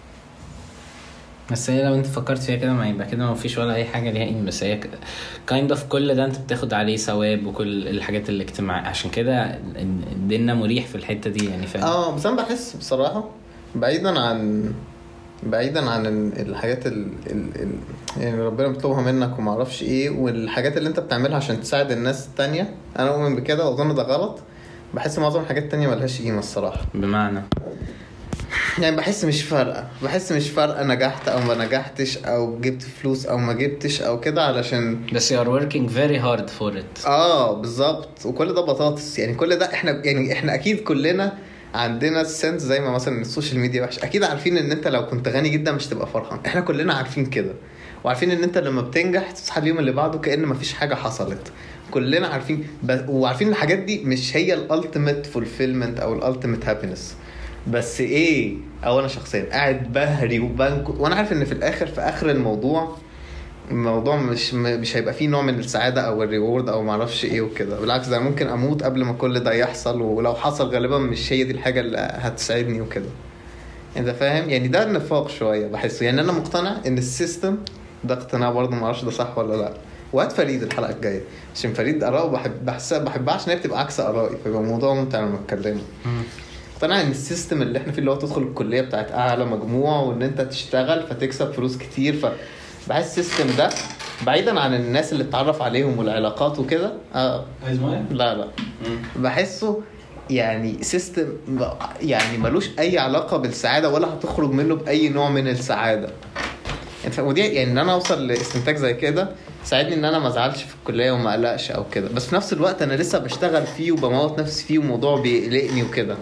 بس هي لو انت فكرت فيها كده ما يبقى كده ما فيش ولا اي حاجه ليها قيمه بس هي كايند اوف كل ده انت بتاخد عليه ثواب وكل الحاجات الاجتماعيه عشان كده ديننا مريح في الحته دي يعني فاهم اه بس انا بحس بصراحه بعيدا عن بعيدا عن الحاجات ال... ال... ال... يعني ربنا بيطلبها منك وما اعرفش ايه والحاجات اللي انت بتعملها عشان تساعد الناس التانية انا اؤمن بكده واظن ده غلط بحس معظم الحاجات التانية ملهاش قيمة الصراحة. بمعنى يعني بحس مش فارقة بحس مش فارقة نجحت او ما نجحتش او جبت فلوس او ما جبتش او كده، علشان بس you are working very hard for it. اه بالظبط. وكل ده بطاطس يعني. كل ده احنا يعني احنا اكيد كلنا عندنا السنس زي ما مثلا السوشيال ميديا وحش، اكيد عارفين ان انت لو كنت غني جدا مش تبقى فرحان. احنا كلنا عارفين كده، وعارفين ان انت لما بتنجح تصحى اليوم اللي بعده كأن مفيش حاجة حصلت. كلنا عارفين ب... وعارفين الحاجات دي مش هي الالتيميت فولفيلمنت او الالتيميت هابينس. بس ايه، او انا شخصيا قاعد بهري وبنك وانا عارف ان في الاخر في اخر الموضوع الموضوع مش مش هيبقى فيه نوع من السعاده او الريورد او ما اعرفش ايه وكده. بالعكس ده ممكن اموت قبل ما كل ده يحصل، ولو حصل غالبا مش هي دي الحاجه اللي هتساعدني وكده. انت فاهم يعني؟ ده النفاق شويه بحسه. يعني انا مقتنع ان السيستم ده اقتناع برضه، ما اعرفش ده صح ولا لا. وقت فريد الحلقه الجايه عشان فريد اراءه بحب بحسها بحبها عشان هي بتبقى عكس ارائي، فيبقى الموضوع ممتع لما اتكلم. اقتنع ان السيستم اللي احنا فيه اللي هو تدخل الكليه بتاعت اعلى مجموع وان انت تشتغل فتكسب فلوس كتير، ف بحس السيستم ده بعيدا عن الناس اللي اتعرف عليهم والعلاقات وكده. اه لا لا بحسه يعني سيستم يعني ملوش اي علاقه بالسعاده ولا هتخرج منه باي نوع من السعاده. انت ودي يعني ان انا اوصل لاستنتاج زي كده ساعدني ان انا ما ازعلش في الكليه وما اقلقش او كده، بس في نفس الوقت انا لسه بشتغل فيه وبموت نفسي فيه وموضوع بيقلقني وكده.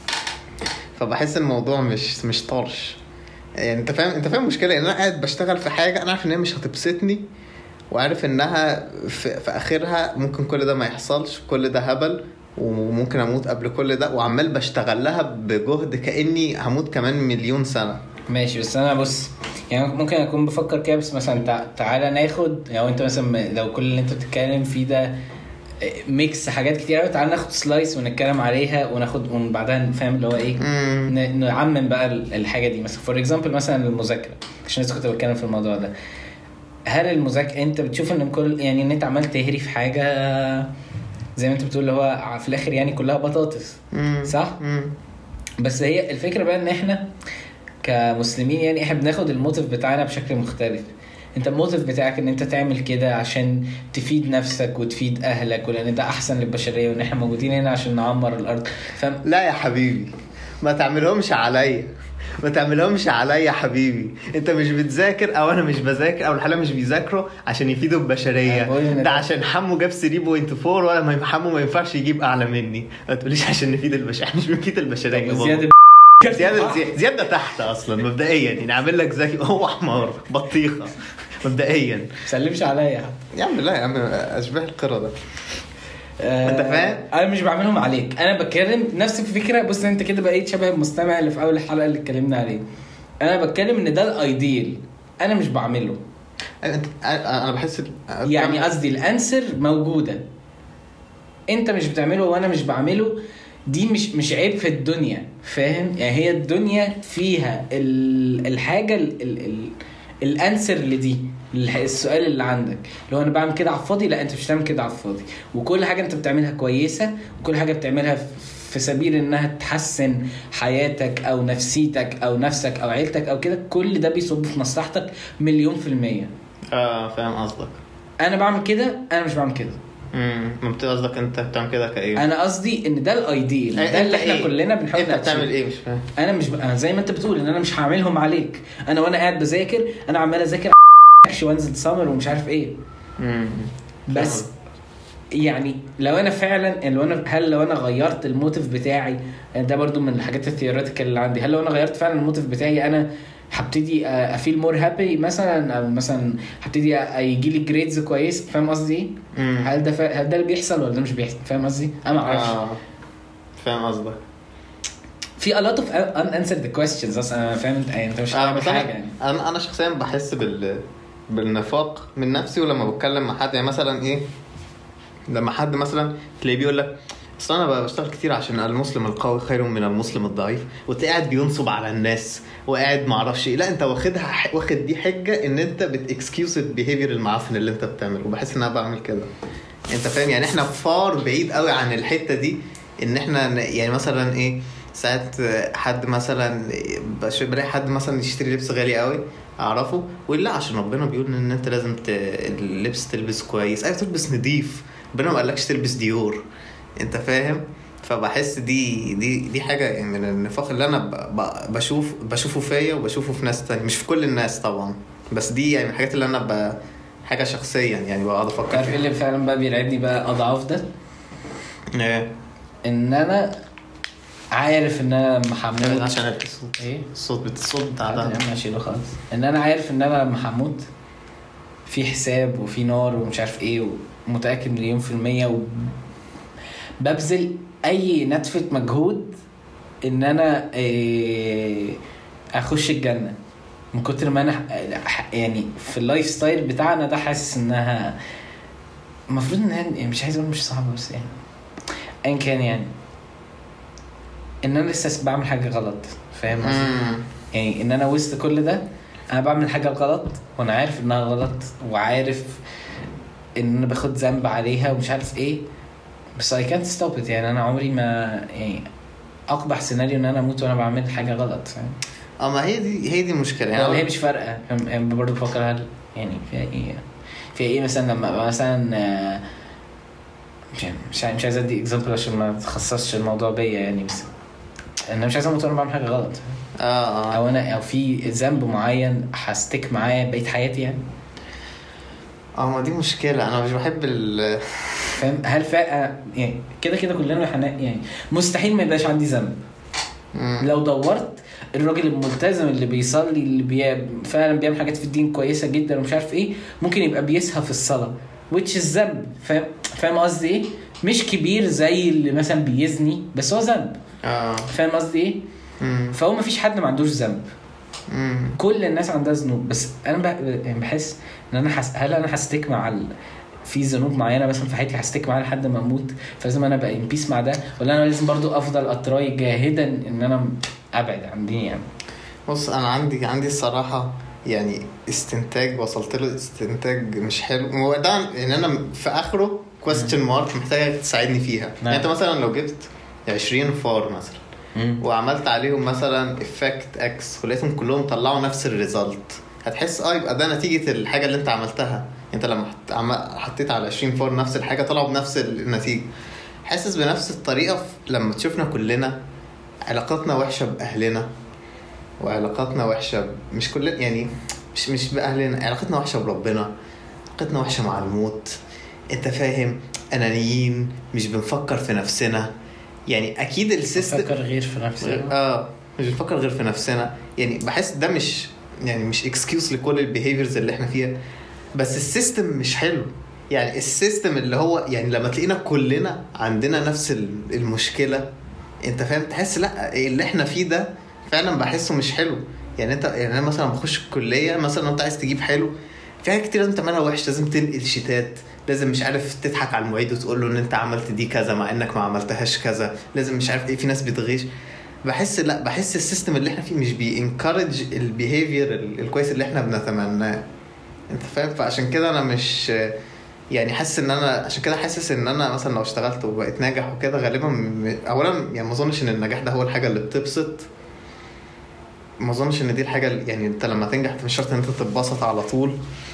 فبحس الموضوع مش مش طرش يعني. انت فاهم انت فاهم المشكله ان انا قاعد بشتغل في حاجه انا عارف انها مش هتبسطني، وعارف انها في, في اخرها ممكن كل ده ما يحصلش، كل ده هبل وممكن اموت قبل كل ده، وعمال بشتغل لها بجهد كاني هموت كمان مليون سنه. ماشي بس انا بص يعني ممكن اكون بفكر كده، بس مثلا تع... تعالى ناخد يعني انت مثلا لو كل اللي انت بتتكلم فيه ده ميكس حاجات كتير قوي، تعالى ناخد سلايس ونتكلم عليها وناخد ومن بعدها نفهم اللي هو ايه ن... نعمم بقى الحاجه دي. مثلا فور اكزامبل مثلا المذاكره، عشان لسه كنت بتكلم في الموضوع ده. هل المذاكره انت بتشوف ان كل يعني ان انت عمال تهري في حاجه زي ما انت بتقول اللي هو في الاخر يعني كلها بطاطس صح؟ مم. بس هي الفكره بقى ان احنا كمسلمين يعني احنا بناخد الموتيف بتاعنا بشكل مختلف. انت الموتيف بتاعك ان انت تعمل كده عشان تفيد نفسك وتفيد اهلك، ولان ده احسن للبشريه، وان احنا موجودين هنا عشان نعمر الارض. فاهم؟ لا يا حبيبي ما تعملهمش عليا ما تعملهمش عليا يا حبيبي. انت مش بتذاكر او انا مش بذاكر او الحلقه مش بيذاكروا عشان يفيدوا البشريه، ده عشان حمو جاب ثلاثة فاصلة أربعة ولا ما حمو ما ينفعش يجيب اعلى مني. ما تقوليش عشان نفيد البشريه، مش بنفيد البشريه. زياده زياده زياده تحت اصلا مبدئيا يعني عامل لك ذكي هو حمار بطيخه مبدئيا. سلمش عليا يا عم. لا يا عم اشباه القرده. آه انت فاهم؟ انا مش بعملهم عليك، انا بتكلم نفس الفكره. بص انت كده بقيت شبه المستمع اللي في اول الحلقه اللي اتكلمنا عليه. انا بتكلم ان ده الايديال، انا مش بعمله. انت انا بحس يعني قصدي الانسر موجوده، انت مش بتعمله وانا مش بعمله. دي مش مش عيب في الدنيا، فاهم يعني؟ هي الدنيا فيها الحاجه ال ال الانسر لدي السؤال اللي عندك. لو انا بعمل كده على الفاضي، لا انت مش بتعمل كده على الفاضي. وكل حاجه انت بتعملها كويسه، وكل حاجه بتعملها في سبيل انها تحسن حياتك او نفسيتك او نفسك او عيلتك او كده، كل ده بيصب في مصلحتك مليون في المية. اه فاهم قصدك. انا بعمل كده، انا مش بعمل كده. امم ما قصدك انت بتعمل كده كايه؟ انا قصدي ان ده الايديال، ده اللي احنا إيه؟ كلنا بنحاول. انت بتعمل ايه؟ مش فاهم. انا مش ب... انا زي ما انت بتقول ان انا مش هعملهم عليك. انا وانا قاعد بذاكر انا عمال اذاكر وانزل سمر ومش عارف ايه. امم بس يعني لو انا فعلا لو انا هل لو انا غيرت الموتيف بتاعي، ده برضو من الحاجات الثيوريتيكال اللي عندي، هل لو انا غيرت فعلا الموتيف بتاعي انا هبتدي افيل مور هابي مثلا، او مثلا هبتدي يجي لي جريدز كويس. فاهم قصدي ايه؟ هل ده ف... هل ده اللي بيحصل ولا ده مش بيحصل؟ فاهم قصدي؟ انا ما اعرفش. آه. فاهم قصدك. في a lot of unanswered questions اصلا. انا فاهم انت انت مش فاهم حاجه يعني. انا انا شخصيا بحس بال بالنفاق من نفسي ولما بتكلم مع حد. يعني مثلا ايه لما حد مثلا تلاقيه بيقول لك اصل انا بشتغل كتير عشان المسلم القوي خير من المسلم الضعيف، وتلاقي قاعد بينصب على الناس وقاعد ما اعرفش ايه. لا انت واخدها واخد دي حجه ان انت بتاكسكيوز البيهيفير المعفن اللي انت بتعمله. وبحس ان انا بعمل كده. انت فاهم يعني؟ احنا فار بعيد قوي عن الحته دي. ان احنا يعني مثلا ايه ساعات حد مثلا بلاقي حد مثلا يشتري لبس غالي قوي اعرفه ولا عشان ربنا بيقول ان انت لازم ت... اللبس تلبس كويس، ايوه تلبس نظيف. ربنا ما قالكش تلبس ديور. انت فاهم؟ فبحس دي دي دي حاجه يعني من النفاق اللي انا ب... ب... بشوف بشوفه فيا وبشوفه في ناس تانية، مش في كل الناس طبعا، بس دي يعني الحاجات اللي انا ب... حاجه شخصيا يعني بقعد افكر عارف اللي فعلا بقى بيرعبني بقى اضعاف ده ايه ان انا عارف ان انا لما هموت عشان الصوت ايه الصوت الصوت بتاع ده انا ماشي خالص ان انا عارف ان انا لما هموت في حساب وفي نار ومش عارف ايه ومتاكد مليون في الميه وببذل اي نتفه مجهود ان انا إيه اخش الجنه من كتر ما انا يعني في اللايف ستايل بتاعنا ده حاسس انها المفروض انها يعني مش عايز اقول مش صعبه بس يعني ان كان يعني ان انا لسه بعمل حاجه غلط فاهم قصدي يعني ان انا وسط كل ده انا بعمل حاجه غلط وانا عارف انها غلط وعارف ان انا باخد ذنب عليها ومش عارف ايه بس I can't stop it يعني انا عمري ما يعني اقبح سيناريو ان انا اموت وانا بعمل حاجه غلط فاهم اه ما هي دي هي دي المشكله يعني هي مش فارقه يعني برضه بفكر هل يعني فيها ايه فيها ايه مثلا لما مثلا مش مش مش عايز ادي اكزامبل عشان ما تخصصش الموضوع بيا يعني بس انا مش عايز اموت وانا بعمل حاجه غلط اه اه او انا او في ذنب معين هستك معايا بقيت حياتي يعني اه ما دي مشكله انا مش بحب ال فاهم هل فعلا يعني كده كده كلنا حنا يعني مستحيل ما يبقاش عندي ذنب لو دورت الراجل الملتزم اللي بيصلي اللي بي... فعلا بيعمل حاجات في الدين كويسه جدا ومش عارف ايه ممكن يبقى بيسهى في الصلاه which is ذنب فاهم فاهم قصدي ايه مش كبير زي اللي مثلا بيزني بس هو ذنب اه فاهم قصدي ايه فهو ما فيش حد ما عندوش ذنب كل الناس عندها ذنوب بس انا يعني بحس ان انا حس... هل انا هستك مع ال... في ذنوب معينه مثلا في حياتي هستك معاها لحد ما اموت فلازم انا ابقى ان بيس مع ده ولا انا لازم برضو افضل اتراي جاهدا ان انا ابعد عن دي يعني بص انا عندي عندي الصراحه يعني استنتاج وصلت له استنتاج مش حلو هو ده يعني انا في اخره كويستشن مارك محتاجه تساعدني فيها يعني انت مثلا لو جبت عشرين فار مثلا مم. وعملت عليهم مثلا افكت اكس ولقيتهم كلهم طلعوا نفس الريزلت هتحس اه يبقى ده نتيجه الحاجه اللي انت عملتها انت لما حطيت على عشرين فار نفس الحاجه طلعوا بنفس النتيجه حاسس بنفس الطريقه لما تشوفنا كلنا علاقاتنا وحشه باهلنا وعلاقاتنا وحشه مش كل يعني مش مش باهلنا علاقتنا وحشه بربنا علاقتنا وحشه مع الموت انت فاهم انانيين مش بنفكر في نفسنا يعني اكيد السيستم بنفكر غير في نفسنا اه مش بنفكر غير في نفسنا يعني بحس ده مش يعني مش اكسكيوز لكل البيهيفيرز اللي احنا فيها بس السيستم مش حلو يعني السيستم اللي هو يعني لما تلاقينا كلنا عندنا نفس المشكله انت فاهم تحس لا اللي احنا فيه ده فعلا بحسه مش حلو يعني انت يعني انا مثلا بخش الكليه مثلا انت عايز تجيب حلو في حاجات كتير انت مالها وحش لازم تنقل شيتات لازم مش عارف تضحك على المعيد وتقول له ان انت عملت دي كذا مع انك ما عملتهاش كذا لازم مش عارف ايه في ناس بتغش بحس لا بحس السيستم اللي احنا فيه مش بينكارج البيهيفير الكويس اللي احنا بنتمناه انت فاهم فعشان كده انا مش يعني حاسس ان انا عشان كده حاسس ان انا مثلا لو اشتغلت وبقيت ناجح وكده غالبا اولا يعني ما اظنش ان النجاح ده هو الحاجه اللي بتبسط ما اظنش ان دي الحاجه يعني انت لما تنجح مش شرط ان انت تتبسط على طول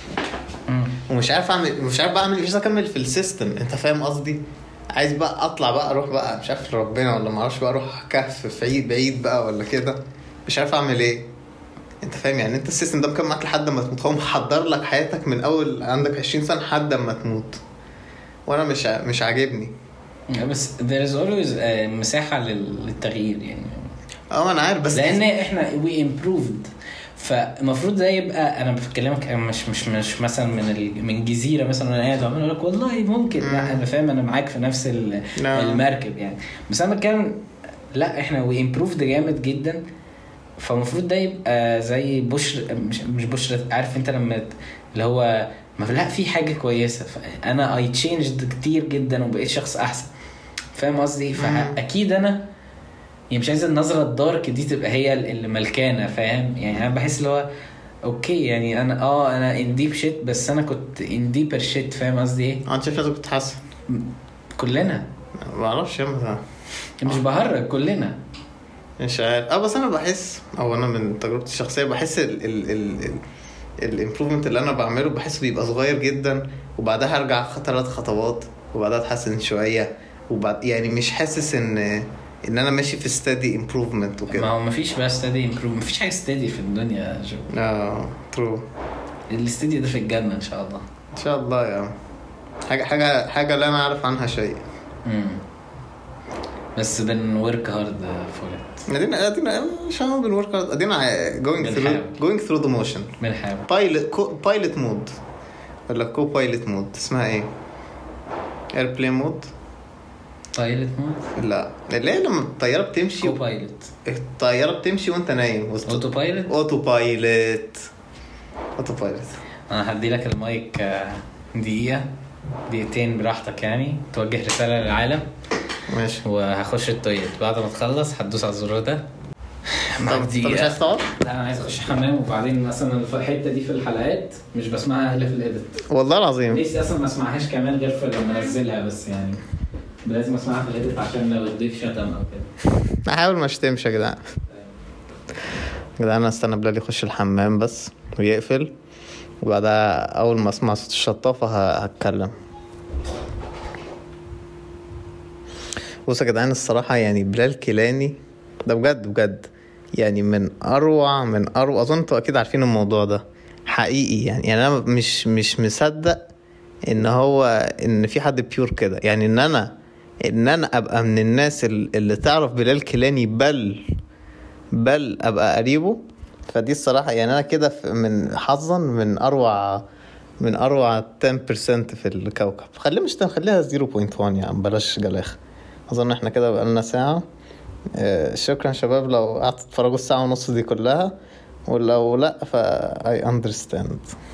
ومش عارف اعمل مش عارف بقى اعمل ايش اكمل في السيستم انت فاهم قصدي عايز بقى اطلع بقى اروح بقى مش عارف لربنا ولا ما اعرفش بقى اروح كهف في عيد بعيد بقى ولا كده مش عارف اعمل ايه انت فاهم يعني انت السيستم ده مكمل معاك لحد ما تموت هو محضر لك حياتك من اول عندك عشرين سنه لحد ما تموت وانا مش مش عاجبني بس there is always مساحه للتغيير يعني اه انا عارف بس لان احنا we improved فالمفروض ده يبقى انا بكلمك مش مش مش مثلا من من جزيره مثلا انا قاعد اقول لك والله ممكن لا انا فاهم انا معاك في نفس المركب يعني بس انا كان لا احنا we improved جامد جدا فالمفروض ده يبقى زي بشر مش مش بشر عارف انت لما اللي هو ما لا في حاجه كويسه انا اي تشينجد كتير جدا وبقيت شخص احسن فاهم قصدي فاكيد انا يعني مش عايز النظره الدارك دي تبقى هي اللي ملكانه فاهم يعني انا بحس اللي هو اوكي يعني انا اه انا ان ديب شيت بس انا كنت ان ديبر شيت فاهم قصدي ايه انت شايف انك بتحسن كلنا ما اعرفش مثلا مش بهرج كلنا مش عارف اه بس انا بحس او انا من تجربتي الشخصيه بحس ال ال ال الامبروفمنت اللي انا بعمله بحس بيبقى صغير جدا وبعدها ارجع ثلاث خطوات وبعدها اتحسن شويه وبعد يعني مش حاسس ان ان انا ماشي في steady improvement ما وكده. هو مفيش بقى steady improve، مفيش حاجه steady في الدنيا يا جو. اه true. الاستديو ده في الجنه ان شاء الله. ان شاء الله يا عم. حاجه حاجه حاجه لا نعرف عنها شيء. امم بس بنورك هارد فور ات. ادينا ادينا مش عم بنورك ادينا going through بنحاول. going through the motion. بنحاول. pilot pilot mode ولا كو بايلوت مود اسمها ايه؟ ايربلين مود. بايلوت مود لا اللي هي لما الطياره بتمشي كو بايلوت. الطياره بتمشي وانت نايم. اوتو بايلوت. اوتو بايلوت اوتو بايلوت. انا هدي لك المايك آه، دقيقه دقيقتين براحتك يعني توجه رساله للعالم. ماشي. وهخش التويليت بعد ما تخلص هتدوس على الزرار ده. طب انت مش عايز تقعد؟ لا انا عايز اخش حمام. وبعدين مثلا الحته دي في الحلقات مش بسمعها الا في الاديت. والله العظيم نفسي اصلا ما اسمعهاش كمان غير في لما انزلها بس يعني لازم اسمعها في الاديت عشان لو الضيف شتم او كده. احاول ما اشتمش يا جدعان. يا جدعان استنى بلال يخش الحمام بس ويقفل وبعدها اول ما اسمع صوت الشطافه هتكلم. بص يا جدعان الصراحه يعني بلال كيلاني ده بجد بجد يعني من اروع من اروع. اظن انتوا اكيد عارفين الموضوع ده حقيقي يعني. يعني انا مش مش مصدق ان هو ان في حد بيور كده. يعني ان انا ان انا ابقى من الناس اللي تعرف بلال كيلاني بل بل ابقى قريبه. فدي الصراحه يعني انا كده من حظا من اروع من اروع عشرة بالمية في الكوكب. خلينا مش نخليها صفر فاصلة واحد يعني بلاش جلاخ. اظن احنا كده بقالنا ساعه. آه شكرا شباب لو قعدتوا تتفرجوا الساعه ونص دي كلها. ولو لا فا I understand.